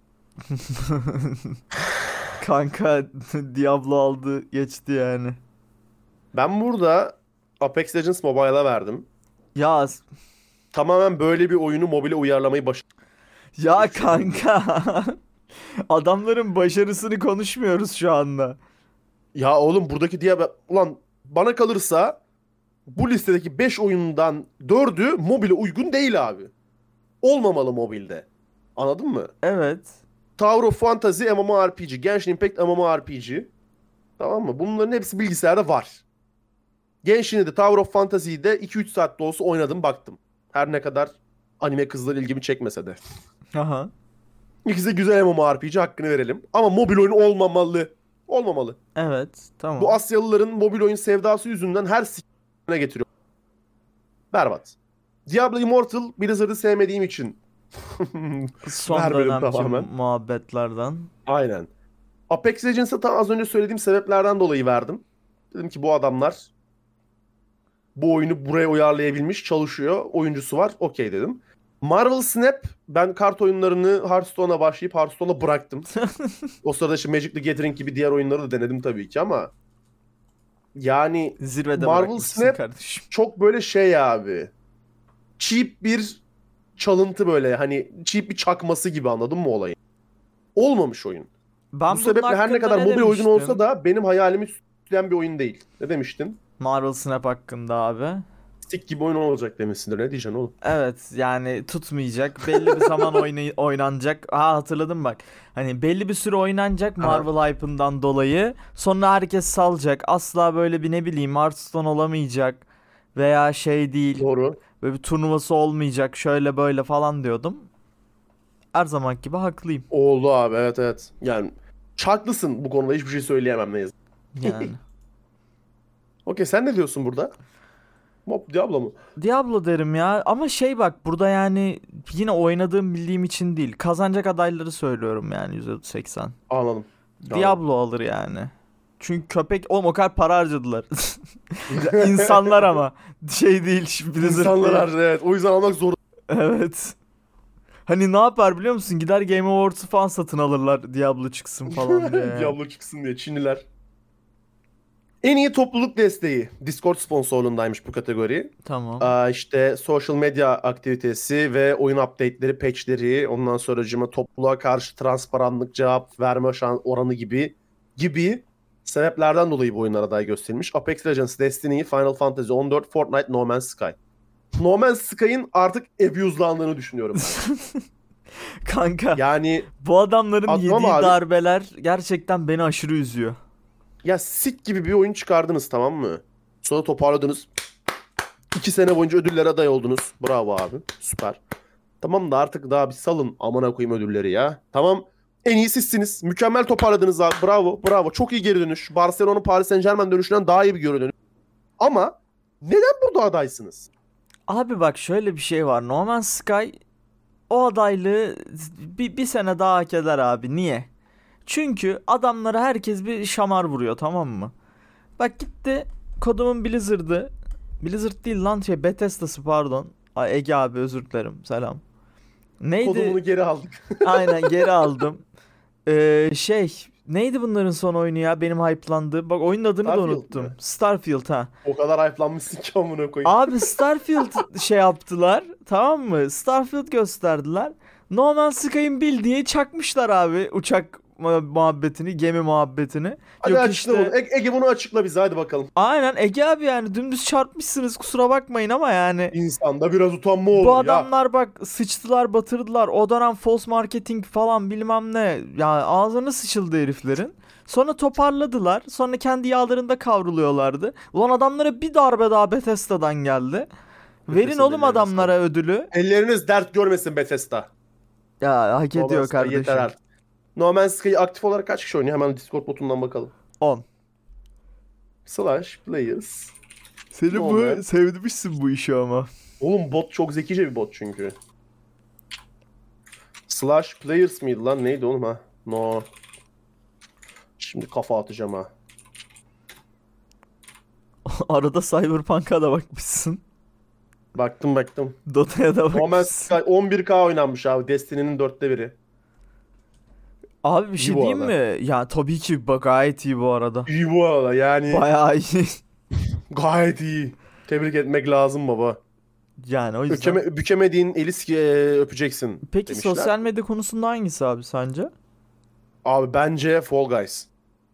Kanka Diablo aldı geçti yani. Ben burada Apex Legends Mobile'a verdim. Ya Tamamen böyle bir oyunu mobile uyarlamayı baş... ya kanka. Adamların başarısını konuşmuyoruz şu anda. Ya oğlum buradaki diye... Ulan bana kalırsa bu listedeki beş oyundan dördü mobile uygun değil abi. Olmamalı mobilde. Anladın mı? Evet. Tower of Fantasy MMORPG, Genshin Impact MMORPG. Tamam mı? Bunların hepsi bilgisayarda var. Genshin'de de Tower of Fantasy'yi de iki üç saat de olsa oynadım baktım. Her ne kadar anime kızlar ilgimi çekmese de. Aha. İkisi de güzel MMORPG, hakkını verelim. Ama mobil oyun olmamalı. Olmamalı. Evet. Tamam. Bu Asyalıların mobil oyun sevdası yüzünden her s***ne getiriyor. Berbat. Diablo Immortal Blizzard'ı sevmediğim için Son vermedim dönemki tamamen. muhabbetlerden. Aynen. Apex Legends'a tam az önce söylediğim sebeplerden dolayı verdim. Dedim ki bu adamlar bu oyunu buraya uyarlayabilmiş, çalışıyor, oyuncusu var, okey dedim. Marvel Snap, ben kart oyunlarını Hearthstone'a başlayıp Hearthstone'a bıraktım. O sırada işte Magic the Gathering gibi diğer oyunları da denedim tabii ki ama yani Zirvede Marvel bırakmışsın Snap kardeşim. çok böyle şey abi. Cheap bir çalıntı böyle, hani cheap bir çakması gibi, anladın mı olayı? Olmamış oyun. Ben Bu sebeple bunun her ne hakkında kadar ne mobil oyun demiştim? olsa da benim hayalimi süsleyen bir oyun değil. Ne demiştin? Marvel Snap hakkında abi. Stick gibi oyun olacak demişsindir. Ne diyeceksin oğlum? Evet yani tutmayacak. Belli bir zaman oynay- oynanacak. Ha hatırladım bak. Hani belli bir süre oynanacak Aha. Marvel hype'ından dolayı. Sonra herkes salacak. Asla böyle bir ne bileyim Hearthstone olamayacak. Veya şey değil. Doğru. Böyle bir turnuvası olmayacak. Şöyle böyle falan diyordum. Her zaman gibi haklıyım. Oldu abi, evet evet. Yani haklısın, bu konuda hiçbir şey söyleyemem ne yazık. Yani. Okey, sen ne diyorsun burada? Mob Diablo mu? Diablo derim ya ama şey bak burada yani yine oynadığım bildiğim için değil. Kazanacak adayları söylüyorum yani yüzde seksen. Anladım. Anladım. Diablo alır yani. Çünkü köpek oğlum o kadar para harcadılar. İnsanlar ama şey değil Blizzard İnsanlar değil. harcı, evet. O yüzden almak zor. Evet. Hani ne yapar biliyor musun? Gider Game Awards'u falan satın alırlar Diablo çıksın falan diye yani. Diablo çıksın diye Çinliler. En iyi topluluk desteği. Discord sponsorluğundaymış bu kategori. Tamam. Aa, işte social medya aktivitesi ve oyun update'leri, patch'leri, ondan sonracığıma topluluğa karşı transparanlık, cevap verme şan oranı gibi gibi sebeplerden dolayı bu oyunlar aday gösterilmiş. Apex Legends, Destiny, Final Fantasy on dört, Fortnite, No Man's Sky. No Man's Sky'ın artık abuse'landığını düşünüyorum ben. Kanka Yani bu adamların atmam yediği abi. darbeler gerçekten beni aşırı üzüyor. Ya sik gibi bir oyun çıkardınız, tamam mı? Sonra toparladınız. İki sene boyunca ödüllere aday oldunuz. Bravo abi. Süper. Tamam da artık daha bir salın amına koyayım ödülleri ya. Tamam. En iyi sizsiniz. Mükemmel toparladınız abi. Bravo. Bravo. Çok iyi geri dönüş. Barcelona'nın Paris Saint-Germain dönüşünden daha iyi bir geri dönüş. Ama neden burada adaysınız? Abi bak şöyle bir şey var. No Man's Sky o adaylığı bir, bir sene daha hak eder abi. Niye? Çünkü adamlara herkes bir şamar vuruyor tamam mı? Bak gitti kodumun Blizzard'ı. Blizzard değil lan şey Bethesda'sı pardon. Ay Ege abi özür dilerim selam. Neydi? Kodumunu geri aldık. Aynen geri aldım. Ee, şey neydi bunların son oyunu ya benim hype'landığı. Bak oyunun adını da Starfield unuttum. mi? Starfield ha. O kadar hype'lanmışsın ki amına koyayım. Abi Starfield şey yaptılar tamam mı? Starfield gösterdiler. No Man's Sky'ın bildiği çakmışlar abi uçak mu- muhabbetini, gemi muhabbetini. Hadi Yok açıkla işte. bunu. Ege, Ege bunu açıkla bize, hadi bakalım. Aynen Ege abi yani dümdüz çarpmışsınız kusura bakmayın ama yani. İnsanda biraz utanma olur Bu ya. adamlar bak sıçtılar batırdılar. O dönem false marketing falan bilmem ne. Ya ağzına sıçıldı heriflerin. Sonra toparladılar. Sonra kendi yağlarında kavruluyorlardı. Ulan adamlara bir darbe daha Bethesda'dan geldi. Verin Bethesda'nın oğlum ellerine adamlara ödülü. Elleriniz dert görmesin Bethesda. Ya hak No ediyor Man's Sky yeter kardeşim. artık. No Man's Sky'ı aktif olarak kaç kişi oynuyor? Hemen Discord botundan bakalım. on. Slash players. Senin No bu man. sevdirmişsin bu işi ama. Oğlum bot çok zekice bir bot çünkü. Slash players mıydı lan? Neydi oğlum ha? No. Şimdi kafa atacağım ha. Arada Cyberpunk'a da bakmışsın. Baktım baktım. Dota'ya da No Man's bakmışsın. Sky on bir K oynanmış abi. Destiny'nin dörtte biri. Abi bir İyi şey bu diyeyim arada. mi? Ya tabii ki bak gayet iyi bu arada. İyi bu arada yani. Bayağı iyi. Gayet iyi. Tebrik etmek lazım baba. Yani o yüzden. Ökeme, bükemediğin eli sike- öpeceksin Peki demişler. sosyal medya konusunda hangisi abi sence? Abi bence Fall Guys.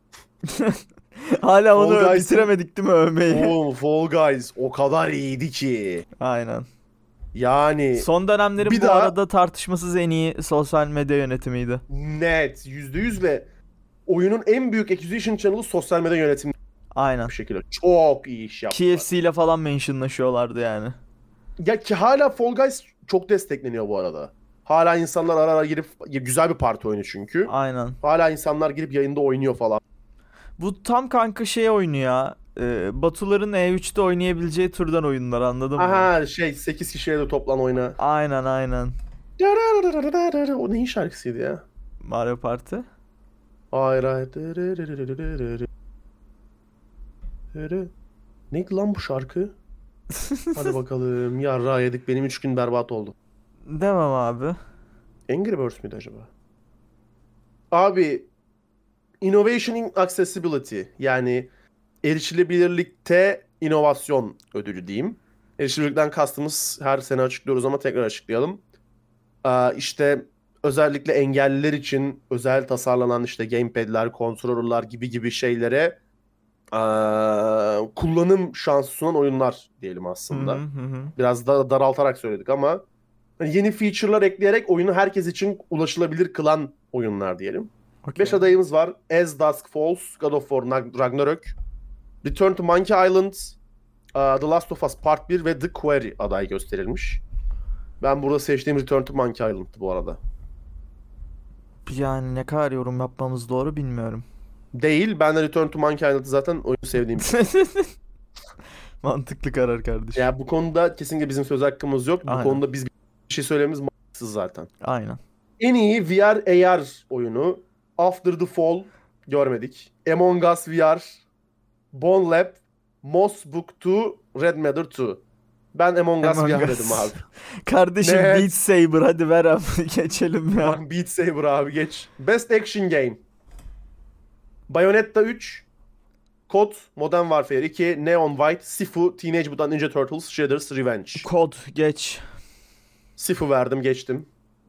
Hala onu Fall Guys'ın- bitiremedik değil mi övmeyi? Oğlum Fall Guys o kadar iyiydi ki. Aynen. Yani Son dönemlerin bir bu daha- arada tartışmasız en iyi sosyal medya yönetimiydi. net yüzde yüz ve oyunun en büyük acquisition channel'ı sosyal medya yönetimi Aynen. bir şekilde. Çok iyi iş yaptılar. K F C ile falan mentionlaşıyorlardı yani. Ya ki hala Fall Guys çok destekleniyor bu arada. Hala insanlar ara ara girip, ya güzel bir parti oyunu çünkü. Aynen. Hala insanlar girip yayında oynuyor falan. Bu tam kanka şey oyunu ya. E, Batuların E üçte oynayabileceği türden oyunlar anladın mı? Aha şey sekiz kişiye de toplan oyna. Aynen aynen. O neyin şarkısıydı ya? Mario Party. Hayır hayır. Neydi lan bu şarkı? Hadi bakalım. Yarra yedik. Benim üç gün berbat oldu. Demem abi. Angry Birds miydi acaba? Abi Innovation in Accessibility, yani erişilebilirlikte inovasyon ödülü diyeyim. Erişilebilirlikten kastımız her sene açıklıyoruz ama tekrar açıklayalım. Ee, işte özellikle engelliler için özel tasarlanan işte gamepad'ler, controller'lar gibi gibi şeylere eee, kullanım şansı sunan oyunlar diyelim Hı aslında. hı hı. hı. Biraz da daraltarak söyledik ama hani yeni feature'lar ekleyerek oyunu herkes için ulaşılabilir kılan oyunlar diyelim. Okey. beş adayımız var. As Dusk Falls, God of War Nag- Ragnarök, Return to Monkey Island, uh, The Last of Us Part bir ve The Quarry aday gösterilmiş. Ben burada seçtiğim Return to Monkey Island'tı bu arada. Yani ne kadar yorum yapmamız doğru bilmiyorum. Değil. Ben de Return to Monkey Island'ı zaten oyunu sevdiğim için. Mantıklı karar kardeşim. Yani bu konuda kesinlikle bizim söz hakkımız yok. Bu Aynen. konuda biz bir şey söylememiz mantıksız zaten. Aynen. En iyi V R A R oyunu After the Fall görmedik. Among Us V R, Bone Lab, Moss Book iki, Red Matter iki. Ben Among Us Among V R Us. dedim abi. Kardeşim Net. Beat Saber hadi ver abi geçelim ya. Bak Beat Saber abi geç. Best Action Game. Bayonetta üç, C O D, Modern Warfare iki, Neon White, Sifu, Teenage Mutant Ninja Turtles, Shredder's Revenge. Kod geç. Sifu verdim, geçtim.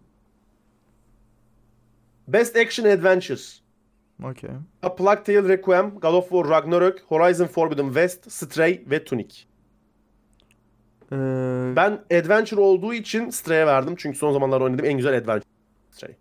Best Action Adventure. Okey. A Plague Tale Requiem, God of War Ragnarök, Horizon Forbidden West, Stray ve Tunic. Ee, Ben Adventure olduğu için Stray'e verdim. Çünkü son zamanlarda oynadığım en güzel Adventure Stray.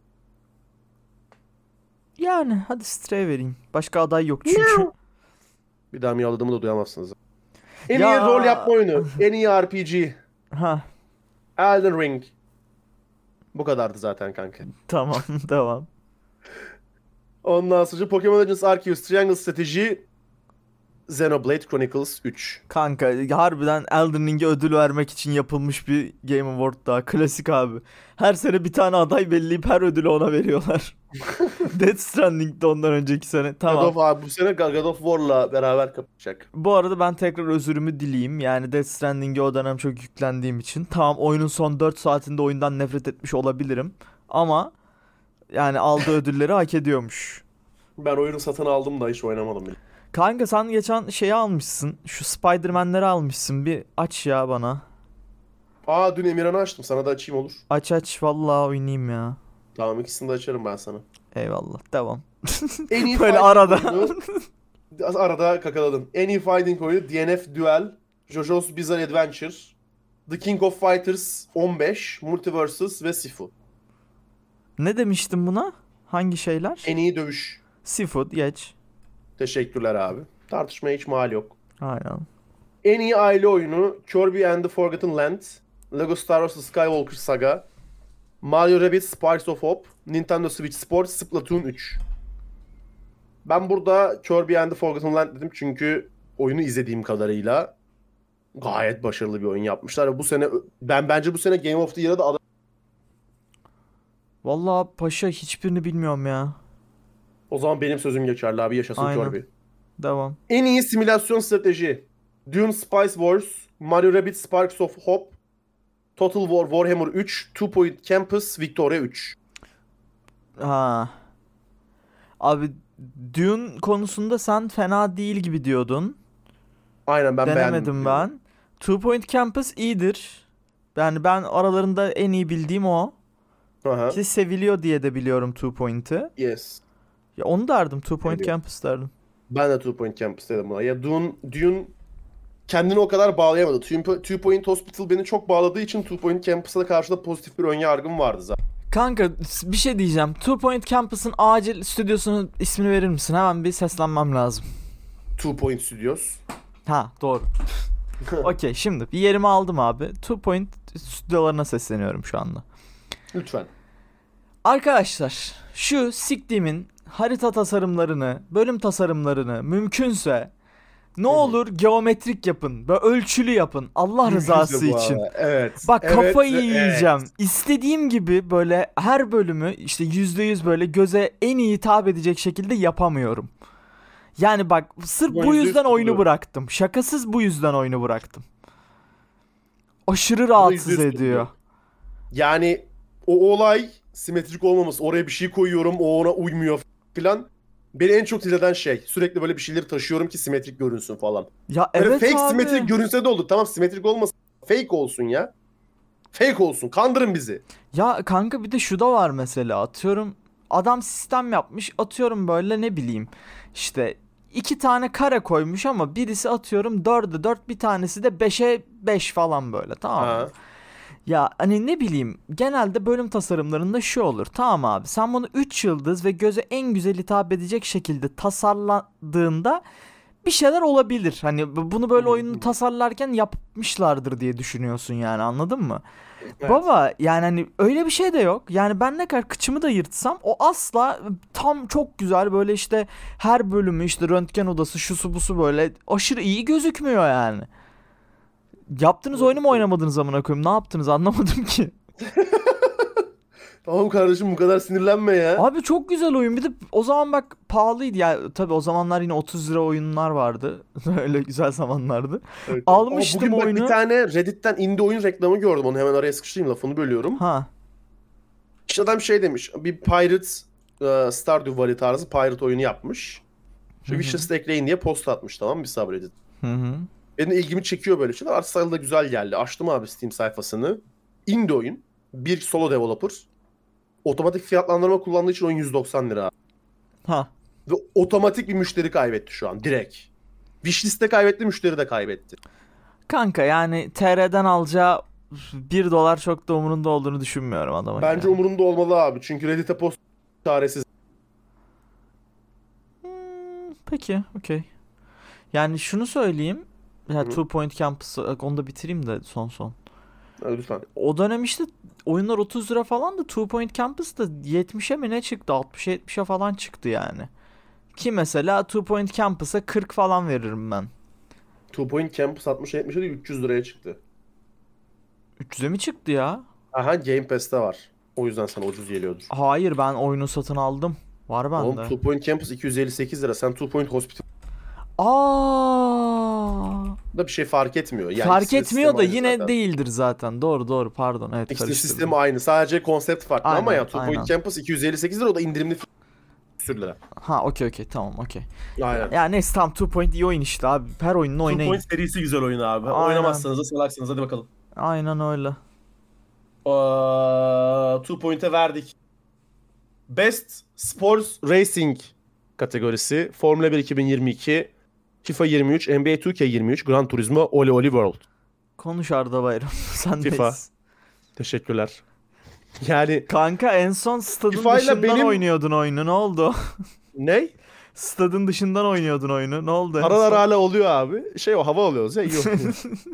yani hadi Stray vereyim. Başka aday yok çünkü. Bir daha miyavladığımı da duyamazsınız. En Ya. iyi rol yapma oyunu. En iyi R P G. Ha Elden Ring. Bu kadardı zaten kanka. tamam devam. Ondan sonra Pokemon Legends Arceus Triangle Strategy, Xenoblade Chronicles üç. Kanka harbiden Elden Ring'e ödül vermek için yapılmış bir Game Award daha. Klasik abi. Her sene bir tane aday belleyip her ödülü ona veriyorlar. Death Stranding de ondan önceki sene. God Tamam. of, abi, bu sene God of War'la beraber kapışacak. Bu arada ben tekrar özürümü dileyeyim. Yani Death Stranding'e o dönem çok yüklendiğim için. Tamam oyunun son dört saatinde oyundan nefret etmiş olabilirim. Ama yani aldığı ödülleri hak ediyormuş. Ben oyunu satın aldım da hiç oynamadım bile. Kanka sen geçen şeyi almışsın. Şu Spider-Man'leri almışsın. Bir aç ya bana. Aa dün Emirhan'ı açtım. Sana da açayım olur. Aç aç vallahi oynayayım ya. Tamam ikisini de açarım ben sana. Eyvallah. Devam. En iyi Böyle fighting arada. oyunu- arada kakaladım. En iyi fighting oyunu D N F Duel, JoJo's Bizarre Adventure, The King of Fighters on beş, Multiversus ve Sifu. Ne demiştin buna? Hangi şeyler? En iyi dövüş. Seafood geç. Teşekkürler abi. Tartışmaya hiç mal yok. Aynen. En iyi aile oyunu Kirby and the Forgotten Land, Lego Star Wars The Skywalker Saga, Mario Rabbids Sparks of Hope, Nintendo Switch Sports, Splatoon üç. Ben burada Kirby and the Forgotten Land dedim çünkü oyunu izlediğim kadarıyla gayet başarılı bir oyun yapmışlar. Ve bu sene ben bence bu sene Game of the Year'a da aday. Vallahi paşa hiçbirini bilmiyorum ya. O zaman benim sözüm geçerli abi, yaşasın Aynen. Kirby. Devam. En iyi simülasyon strateji Dune Spice Wars, Mario Rabbids Sparks of Hope, Total War Warhammer üç, Two Point Campus, Victoria üç. Ha. Abi Dune konusunda sen fena değil gibi diyordun. Aynen ben beğendim. Denemedim ben. Two Point Campus iyidir. Yani ben aralarında en iyi bildiğim o. Aha. Ki seviliyor diye de biliyorum Two Point'i. Yes. Ya onu derdim. Two Point Seviyorum. Campus derdim. Ben de Two Point Campus dedim buna. Ya Dune, Dune kendini o kadar bağlayamadı. Two, Two Point Hospital beni çok bağladığı için Two Point Campus'a karşı da pozitif bir ön yargım vardı zaten. Kanka bir şey diyeceğim. Two Point Campus'ın acil stüdyosunun ismini verir misin? Hemen bir seslenmem lazım. Two Point Studios. Ha doğru. Okey şimdi bir yerimi aldım abi. Two Point stüdyolarına sesleniyorum şu anda. Lütfen. Arkadaşlar şu siktiğimin harita tasarımlarını, bölüm tasarımlarını mümkünse ne Hı hı. olur geometrik yapın. Böyle ölçülü yapın. Allah rızası Mümkünse bu için. arada. Evet. Bak Evet kafayı ve yiyeceğim. evet. İstediğim gibi böyle her bölümü işte yüzde yüz böyle göze en iyi hitap edecek şekilde yapamıyorum. Yani bak sırf Ben bu yüzde yüz yüzden oyunu katılıyorum. bıraktım. Şakasız bu yüzden oyunu bıraktım. Aşırı yüzde rahatsız yüz ediyor. katılıyorum. Yani o olay simetrik olmaması. Oraya bir şey koyuyorum, o ona uymuyor falan. Beni en çok tileden şey. Sürekli böyle bir şeyleri taşıyorum ki simetrik görünsün falan. Ya Böyle evet fake abi. simetrik görünse de olur. Tamam simetrik olmasın. Fake olsun ya. Fake olsun. Kandırın bizi. Ya kanka bir de şu da var mesela, atıyorum adam sistem yapmış, atıyorum böyle ne bileyim işte iki tane kare koymuş ama birisi atıyorum dörde dört, bir tanesi de beşe beş falan böyle, tamam mı? Ha. Ya hani ne bileyim, genelde bölüm tasarımlarında şu olur, tamam abi sen bunu üç yıldız ve göze en güzel hitap edecek şekilde tasarladığında bir şeyler olabilir. Hani bu- bunu böyle oyunu tasarlarken yapmışlardır diye düşünüyorsun yani, anladın mı? Evet. Baba yani hani öyle bir şey de yok. Yani ben ne kadar kıçımı da yırtsam o asla tam çok güzel böyle işte her bölümü işte röntgen odası şusu busu böyle aşırı iyi gözükmüyor yani. Yaptığınız oyunu mu oynamadınız amına koyayım? Ne yaptınız anlamadım ki. Tamam kardeşim, bu kadar sinirlenme ya. Abi çok güzel oyun. Bir de o zaman bak pahalıydı ya. Tabii o zamanlar yine otuz lira oyunlar vardı. Öyle güzel zamanlardı. Evet. Almıştım Ama bugün bak oyunu. bir tane Reddit'ten indie oyun reklamı gördüm. Onu hemen araya sıkıştırayım, lafını bölüyorum. Ha. İşte adam şey demiş. Bir Pirate e, Stardew Valley tarzı Pirate oyunu yapmış. Şu Hı hı. wishlist ekleyin diye post atmış, tamam mı, bir subreddit. Hı hı. Benim de ilgimi çekiyor böyle şeyler. Art style da güzel geldi. Açtım abi Steam sayfasını. Indie oyun. Bir solo developer. Otomatik fiyatlandırma kullandığı için oyun yüz doksan lira. Ha. Ve otomatik bir müşteri kaybetti şu an direkt. Wishlist'te kaybetti, müşteri de kaybetti. Kanka yani T R'den alacağı bir dolar çok da umurunda olduğunu düşünmüyorum adamın. Bence yani. umurunda olmalı abi. Çünkü Reddit'e post çaresiz. Hmm, peki, okey. Yani şunu söyleyeyim. Ya Hı. Two Point Campus, onu da bitireyim de son son. Ha, lütfen. O dönem işte oyunlar otuz lira falan da Two Point Campus da yetmişe mi ne çıktı? altmışa yetmişe falan çıktı yani. Ki mesela Two Point Campus'a kırk falan veririm ben. Two Point Campus altmış yetmişe değil üç yüz liraya çıktı. üç yüze mi çıktı ya? Aha, Game Pass'te var. O yüzden sana ucuz geliyordur. Hayır, ben oyunu satın aldım. Var Oğlum bende. Two Point Campus iki yüz elli sekiz lira. Sen Two Point Hospital'da Aa! bir şey fark etmiyor. Yani Fark ikisinin etmiyor sistemi da aynı yine zaten. değildir zaten. Doğru doğru, pardon. Evet, İkisinin karıştırdım. sistemi aynı. Sadece konsept farklı ama Aynen, ya Two aynen. Point Campus iki yüz elli sekiz lira, o da indirimli küsür lira. Ha, okey okey, tamam, okey. Aynen. Ya neyse, tam Two Point iyi oyun işte abi. Her oyununu Two oynayın. Point serisi güzel oyun abi. Aynen. Oynamazsanız da salaksınız. Hadi bakalım. Aynen öyle. Aa, Two Point'e verdik. Best Sports Racing kategorisi. Formula bir iki bin yirmi iki, FIFA yirmi üç, N B A iki K yirmi üç, Gran Turismo, Oli Oli World. Konuş Arda Bayram. Sendeyiz. FIFA. Teşekkürler. Yani Kanka en son stadın FIFA ile dışından benim- oynuyordun oyunu. Ne oldu? ne? Stadın dışından oynuyordun oyunu. Ne oldu en Aralar son? hala oluyor abi. Şey, o hava alıyoruz ya, iyi oluyor.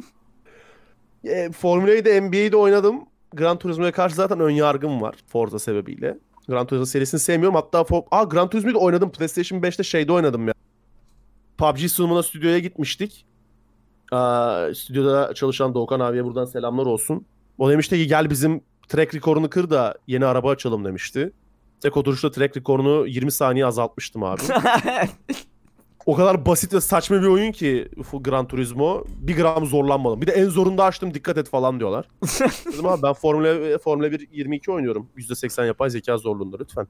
e, Formula'yı da N B A'yi de oynadım. Gran Turismo'ya karşı zaten ön yargım var Forza sebebiyle. Gran Turismo serisini sevmiyorum. Hatta For- Aa, Gran Turismo'yu da oynadım. PlayStation beşte şeyde oynadım ya. P U B G sunumuna stüdyoya gitmiştik. Aa, stüdyoda çalışan Doğukan abiye buradan selamlar olsun. O demişti ki gel bizim track rekorunu kır da yeni araba açalım demişti. Tek oturuşta track rekorunu yirmi saniye azaltmıştım abi. O kadar basit ve saçma bir oyun ki Gran Turismo. Bir gram zorlanmadım. Bir de en zorunda açtım, dikkat et falan diyorlar. Dedim abi ben Formula, Formula bir yirmi iki oynuyorum. yüzde seksen yapay zeka zorluğunda lütfen.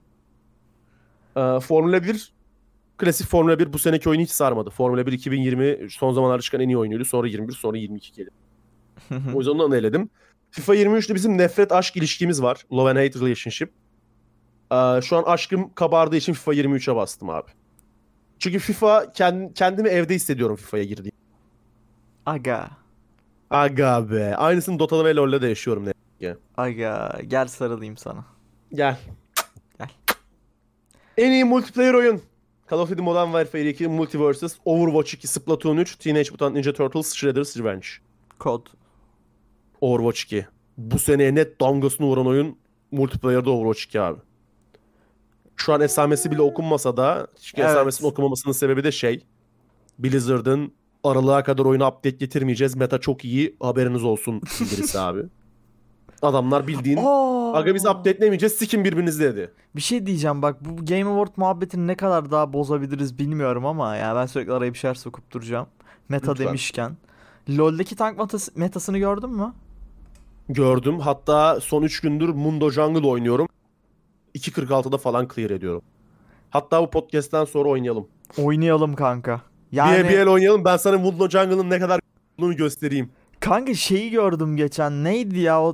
Ee, Formula bir, klasik Formula bir bu seneki oyunu hiç sarmadı. Formula bir iki bin yirmi son zamanlarda çıkan en iyi oyunuydu. Sonra yirmi bir, sonra yirmi iki geldi. O yüzden onu eledim. FIFA yirmi üçte bizim nefret aşk ilişkimiz var. Love and hate relationship. Ee, şu an aşkım kabardığı için FIFA yirmi üçe bastım abi. Çünkü FIFA kend, kendimi evde hissediyorum FIFA'ya girdiğim. Aga. Aga be. Aynısını Dota'da ve LoL'de de yaşıyorum ne ki. Aga. Gel sarılayım sana. Gel. Gel. En iyi multiplayer oyun. Call of Duty Modern Warfare iki, Multiversus, Overwatch iki, Splatoon üç, Teenage Mutant Ninja Turtles, Shredder's Revenge. Kod. Overwatch iki. Bu seneye net damgasını vuran oyun multiplayer'da Overwatch iki abi. Şu an esamesi bile okunmasa da, çünkü Evet. esamesinin okunmamasının sebebi de şey. Blizzard'ın aralığa kadar oyuna update getirmeyeceğiz. Meta çok iyi, haberiniz olsun bildirisi abi. Adamlar bildiğin Aa! aga biz update'lemeyeceğiz, sikin birbirinizi dedi. Bir şey diyeceğim bak, bu Game Award muhabbetini ne kadar daha bozabiliriz bilmiyorum ama ya ben sürekli araya bir şeyler sokup duracağım. Meta Lütfen. demişken. LoL'deki tank metası, metasını gördün mü? Gördüm. Hatta son üç gündür Mundo Jungle oynuyorum. iki kırk altıda falan clear ediyorum. Hatta bu podcast'ten sonra oynayalım. Oynayalım kanka. Bir, Yani bir el oynayalım. Ben sana Mundo Jungle'ın ne kadar olduğunu göstereyim. kanka şeyi gördüm geçen, neydi ya o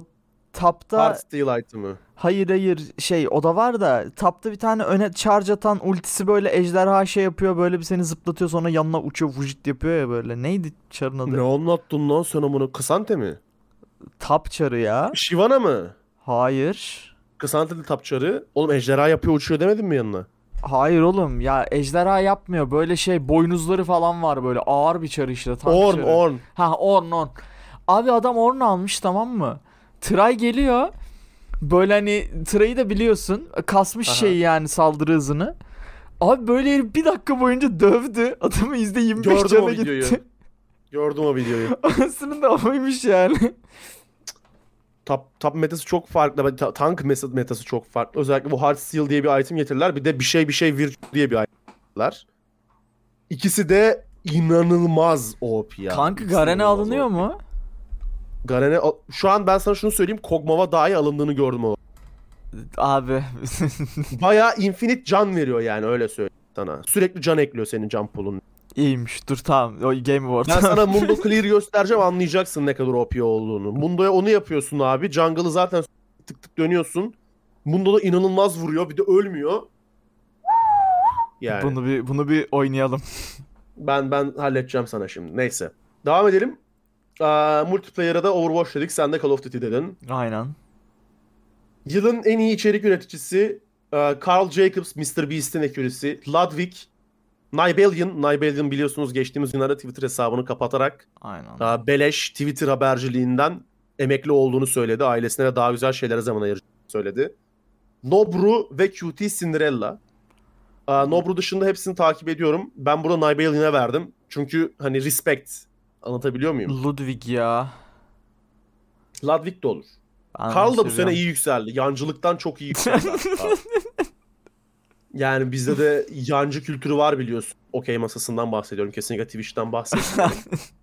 Tapta Hard Steel item'ı. hayır hayır şey o da var da tapta bir tane öne charge atan ultisi böyle ejderha şey yapıyor böyle bir seni zıplatıyor sonra yanına uçuyor vujit yapıyor ya böyle. Neydi çarın adı? Ne anlattın lan sen onu? Kısante mi? Tap çarı ya. Shyvana mı? Hayır. Kısante'li tap çarı. Oğlum ejderha yapıyor uçuyor demedin mi yanına? Hayır oğlum ya ejderha yapmıyor böyle şey boynuzları falan var böyle ağır bir çarı işte tank Orn çarı. Orn. Ha Orn Orn. Abi adam Orn almış tamam mı? Tray geliyor. Böyle hani Tray'ı da biliyorsun. Kasmış Aha. şey yani saldırı hızını. Abi böyle herif bir dakika boyunca dövdü. Adamı yüzde yirmi beş Gördüm o canı videoyu. gitti. Gördüm o videoyu. Anasının da oymuş yani. Top, top metası çok farklı. Ta- Tank mes- metası çok farklı. Özellikle bu Hard Steel diye bir item getirirler. Bir de bir şey bir şey Virtue diye bir item getirirler. İkisi de inanılmaz O P ya. Kanka İkisi Garen'e inanılmaz alınıyor O P. mu? Garen'e al- şu an ben sana şunu söyleyeyim. Kog'Maw'a dahi alındığını gördüm o. Abi. Bayağı infinite can veriyor yani öyle söyleyeyim sana. Sürekli can ekliyor senin can pool'un. İyiymiş. Dur tamam. O Game Ben Award. sana Mundo Clear göstereceğim anlayacaksın ne kadar O P olduğunu. Mundo'ya onu yapıyorsun abi. Jungle'ı zaten tık tık dönüyorsun. Mundo'da inanılmaz vuruyor. Bir de ölmüyor. Yani Bunu bir bunu bir oynayalım. ben ben halledeceğim sana şimdi. Neyse. Devam edelim. Aa, multiplayer'a da Overwatch dedik. Sen de Call of Duty dedin. Aynen. Yılın en iyi içerik üreticisi e, Carl Jacobs, mister Beast'in ekürisi. Ludwig, Nibelian. Nibelian biliyorsunuz geçtiğimiz günlerde Twitter hesabını kapatarak Aynen. e, beleş Twitter haberciliğinden emekli olduğunu söyledi. Ailesine de daha güzel şeylere zaman ayıracağını söyledi. Nobru ve Q T Cinderella. E, Nobru dışında hepsini takip ediyorum. Ben burada Nibelian'a verdim. Çünkü hani respect. Anlatabiliyor muyum? Ludwig ya. Ludwig de olur. Ben Carl onu da bu sene seviyorum. iyi yükseldi. Yancılıktan çok iyi yükseldi. Carl. Yani bizde de yancı kültürü var biliyorsun. Okey masasından bahsediyorum. Kesinlikle Twitch'ten bahsetmiyorum.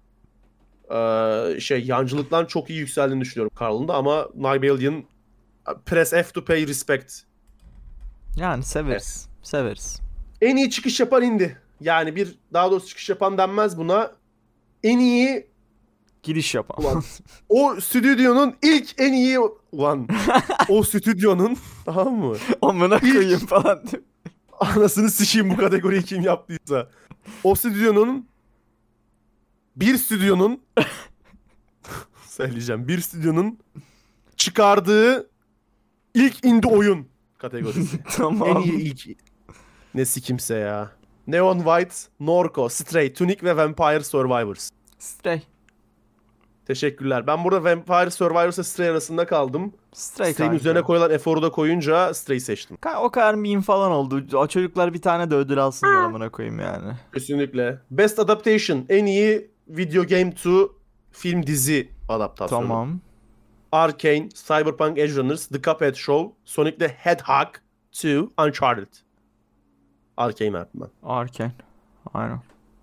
Ee, şey yancılıktan çok iyi yükseldiğini düşünüyorum Carl'ın da ama Nibelian press F to pay respect. Yani severiz. Severiz. En iyi çıkış yapan indi. Yani bir daha doğrusu çıkış yapan denmez buna. En iyi Giriş yapan. ulan o stüdyonun ilk en iyi ulan o stüdyonun tamam mı? Amına koyayım falan. Anasını sikeyim bu kategoriyi kim yaptıysa. O stüdyonun bir stüdyonun söyleyeceğim. Bir stüdyonun çıkardığı ilk indie oyun kategorisi. Tamam. En iyi ilk nesi kimse ya. Neon White, Norco, Stray, Tunic ve Vampire Survivors. Stray. Teşekkürler. Ben burada Vampire Survivors ve Stray arasında kaldım. Stray Stray'in kanka. üzerine koyulan eforu da koyunca Stray'i seçtim. Ka- O kadar meme falan oldu. O çocuklar bir tane de ödül alsınlar amına koyayım yani. Kesinlikle. Best Adaptation. En iyi Video Game to film dizi adaptasyonu. Tamam. Arcane, Cyberpunk Edge Runners, The Cuphead Show, Sonic the Hedgehog iki, Uncharted. Arcane yaptım ben. Arcane. Aynen.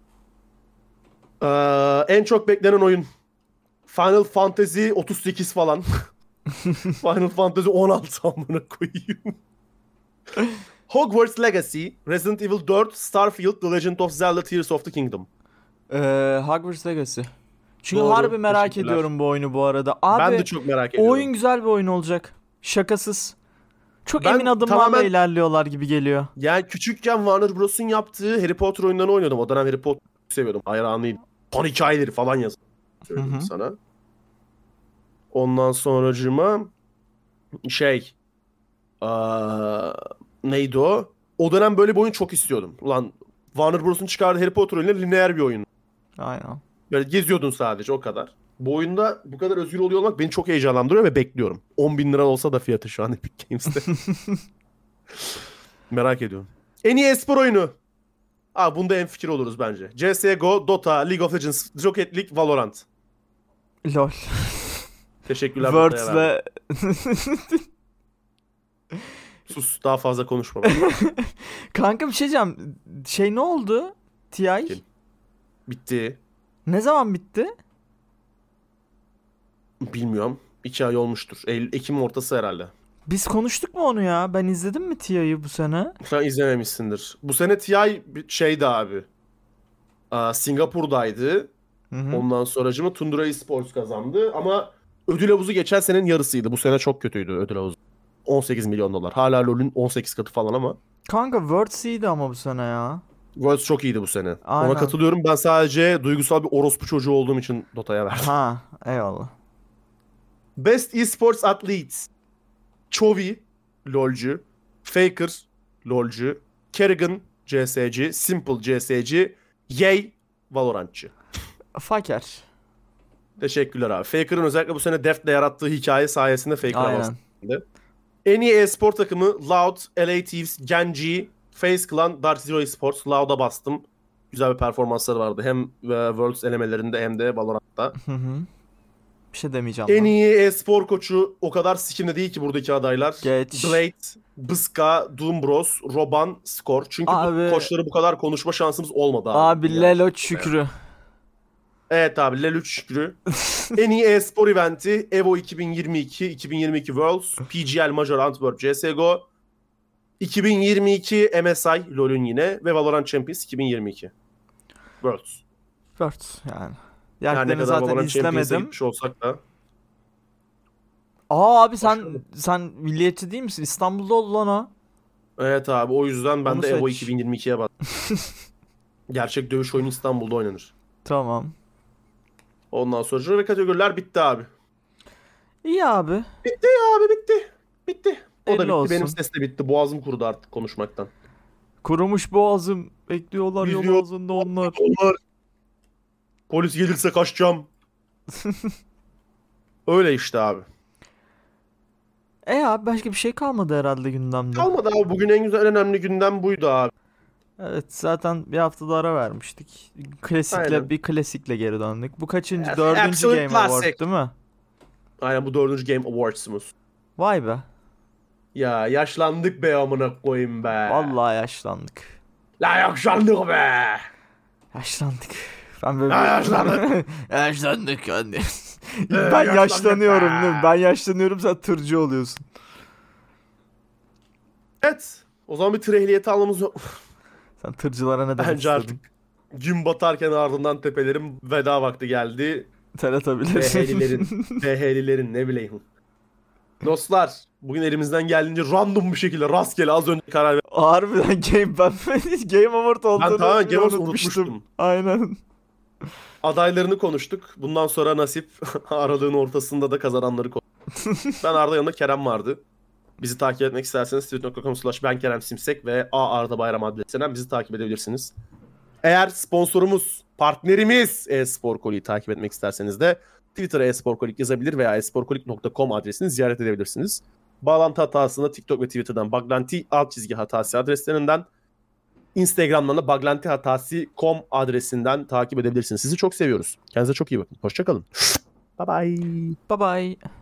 Ee, en çok beklenen oyun. Final Fantasy otuz sekiz falan. Final Fantasy on altı amına koyayım. Hogwarts Legacy, Resident Evil dört, Starfield, The Legend of Zelda Tears of the Kingdom. Ee, Hogwarts Legacy. Çünkü Doğru, harbi merak teşekkürler. ediyorum bu oyunu bu arada. Abi Ben de çok merak o ediyorum. oyun güzel bir oyun olacak. Şakasız. Çok Ben emin adımlarla tamamen- ilerliyorlar gibi geliyor. Yani küçükken Warner Bros'un yaptığı Harry Potter oyunlarını oynuyordum. O dönem Harry Potter'ı seviyordum. Hayranlıydım. Son hikayeleri falan yazdım. Söyleyeyim Hı hı. sana. Ondan sonracığıma şey aa, neydi o? O dönem böyle bir oyun çok istiyordum. Ulan Warner Bros'un çıkardığı Harry Potter oyunu lineer bir oyun. Aynen. Böyle geziyordun sadece o kadar. Bu oyunda bu kadar özgür oluyor olmak beni çok heyecanlandırıyor ve bekliyorum. on bin lira olsa da fiyatı şu an Epic Games'te. Merak ediyorum. En iyi espor oyunu. Aa, bunda en fikir oluruz bence. C S G O, Dota, League of Legends, Rocket League, Valorant. Lol. Teşekkürler. Dota'ya verdim. Words'le Sus, daha fazla konuşma. Kanka bir şey diyeceğim. Şey ne oldu? T I? Kim? Bitti. Ne zaman bitti? Bilmiyorum. İki ay olmuştur. Eylül, Ekim ortası herhalde. Biz konuştuk mu onu ya? Ben izledim mi T I'yi bu sene? Sen izlememişsindir. Bu sene T I bir şeydi abi. Aa, Singapur'daydı. Hı hı. Ondan sonracıma Tundra Esports kazandı ama Ödül havuzu geçen senenin yarısıydı. Bu sene çok kötüydü ödül havuzu. on sekiz milyon dolar. Hala LoL'ün on sekiz katı falan ama. Kanka Worlds iyiydi ama bu sene ya. Worlds çok iyiydi bu sene. Aynen. Ona katılıyorum. Ben sadece duygusal bir orospu çocuğu olduğum için Dota'ya verdim. Ha, eyvallah. Best Esports Athletes. Chovy, LoL'cu. Faker, LoL'cu. Kerrigan, C S'ci. Simple, C S'ci. Yay, Valorantçı. Faker. Teşekkürler abi. Faker'ın özellikle bu sene Deft'le yarattığı hikaye sayesinde Faker'a Aynen. bastı. En iyi e-spor takımı Loud, L A Thieves, Genji, FaZe Clan, Dark Zero Esports. Loud'a bastım. Güzel bir performansları vardı. Hem e, Worlds elemelerinde hem de Valorant'ta. Hı hı. Bir şey demeyeceğim. En lan. iyi e-spor koçu o kadar sikimde değil ki buradaki adaylar. Geç. Blade, Bıska, Doombros, Roban, Skor. Çünkü Abi- bu koçları bu kadar konuşma şansımız olmadı abi. Abi Yani. Lelo Şükrü. Evet abi Lel Şükrü. En iyi e-spor eventi Evo iki bin yirmi iki, iki bin yirmi iki Worlds, P G L Major Antwerp C S G O, iki bin yirmi iki M S I LoL'ün yine ve Valorant Champions iki bin yirmi iki Worlds. Worlds yani. Yani ne Yerlerini kadar zaten Valorant Champions'a izlemedim. gitmiş olsak da. Aa abi sen Başladı. sen milliyetçi değil misin? İstanbul'da oldu lan o. Evet abi o yüzden ben Onu de Evo seç. iki bin yirmi ikiye bastım. Gerçek dövüş oyunu İstanbul'da oynanır. Tamam. Ondan sonra ve kategoriler bitti abi. İyi abi. Abi bitti. Bitti. O da Hayırlı bitti. olsun. Benim ses de bitti. Boğazım kurudu artık konuşmaktan. Kurumuş boğazım. Bekliyorlar yol Biliyor- ağzında onlar. Onlar. Polis gelirse kaçacağım. Öyle işte abi. E abi başka bir şey kalmadı herhalde gündemde. Kalmadı abi. Bugün en güzel, en önemli gündem buydu abi. Evet zaten bir haftada ara vermiştik. Klasikle Aynen. bir klasikle geri döndük. Bu kaçıncı? Yes, Dördüncü absolute Game Award classic. değil mi? Aynen bu dördüncü Game Awards'ımız. Vay be. Ya yaşlandık be amına koyayım be. Vallahi yaşlandık. La yaşlandık be. Yaşlandık. Ben böyle Ya yaşlandık. yaşlandık anne. ben yaşlandık yaşlanıyorum be. değil mi? Ben yaşlanıyorum sen tırcı oluyorsun. Evet. O zaman bir tır ehliyeti almamız yok. Sen tırcılara ne demek Bence istedin? artık gün batarken ardından tepelerin veda vakti geldi. Sen atabilirsin. Behelilerin, behelilerin ne bileyim. Dostlar bugün elimizden geldiğince random bir şekilde rastgele az önce karar verdim. Harbiden Game ben Game Award olduğunu Ben tamamen bile Game Awards'ı unutmuştum. unutmuştum. Aynen. Adaylarını konuştuk. Bundan sonra nasip aralığın ortasında da kazananları konuştuk. Ben Arda yanında Kerem vardı. Bizi takip etmek isterseniz twitter nokta com slash ben Kerem Simsek ve A Arda Bayram adresinden bizi takip edebilirsiniz. Eğer sponsorumuz, partnerimiz e-spor koliyi takip etmek isterseniz de Twitter'a e-spor kolik yazabilir veya esporkolik nokta com adresini ziyaret edebilirsiniz. Bağlantı hatasında TikTok ve Twitter'dan baglanti alt çizgi hatası adreslerinden, Instagram'dan da baglanti hatası nokta com adresinden takip edebilirsiniz. Sizi çok seviyoruz. Kendinize çok iyi bakın. Hoşçakalın. Bye bye. Bye bye.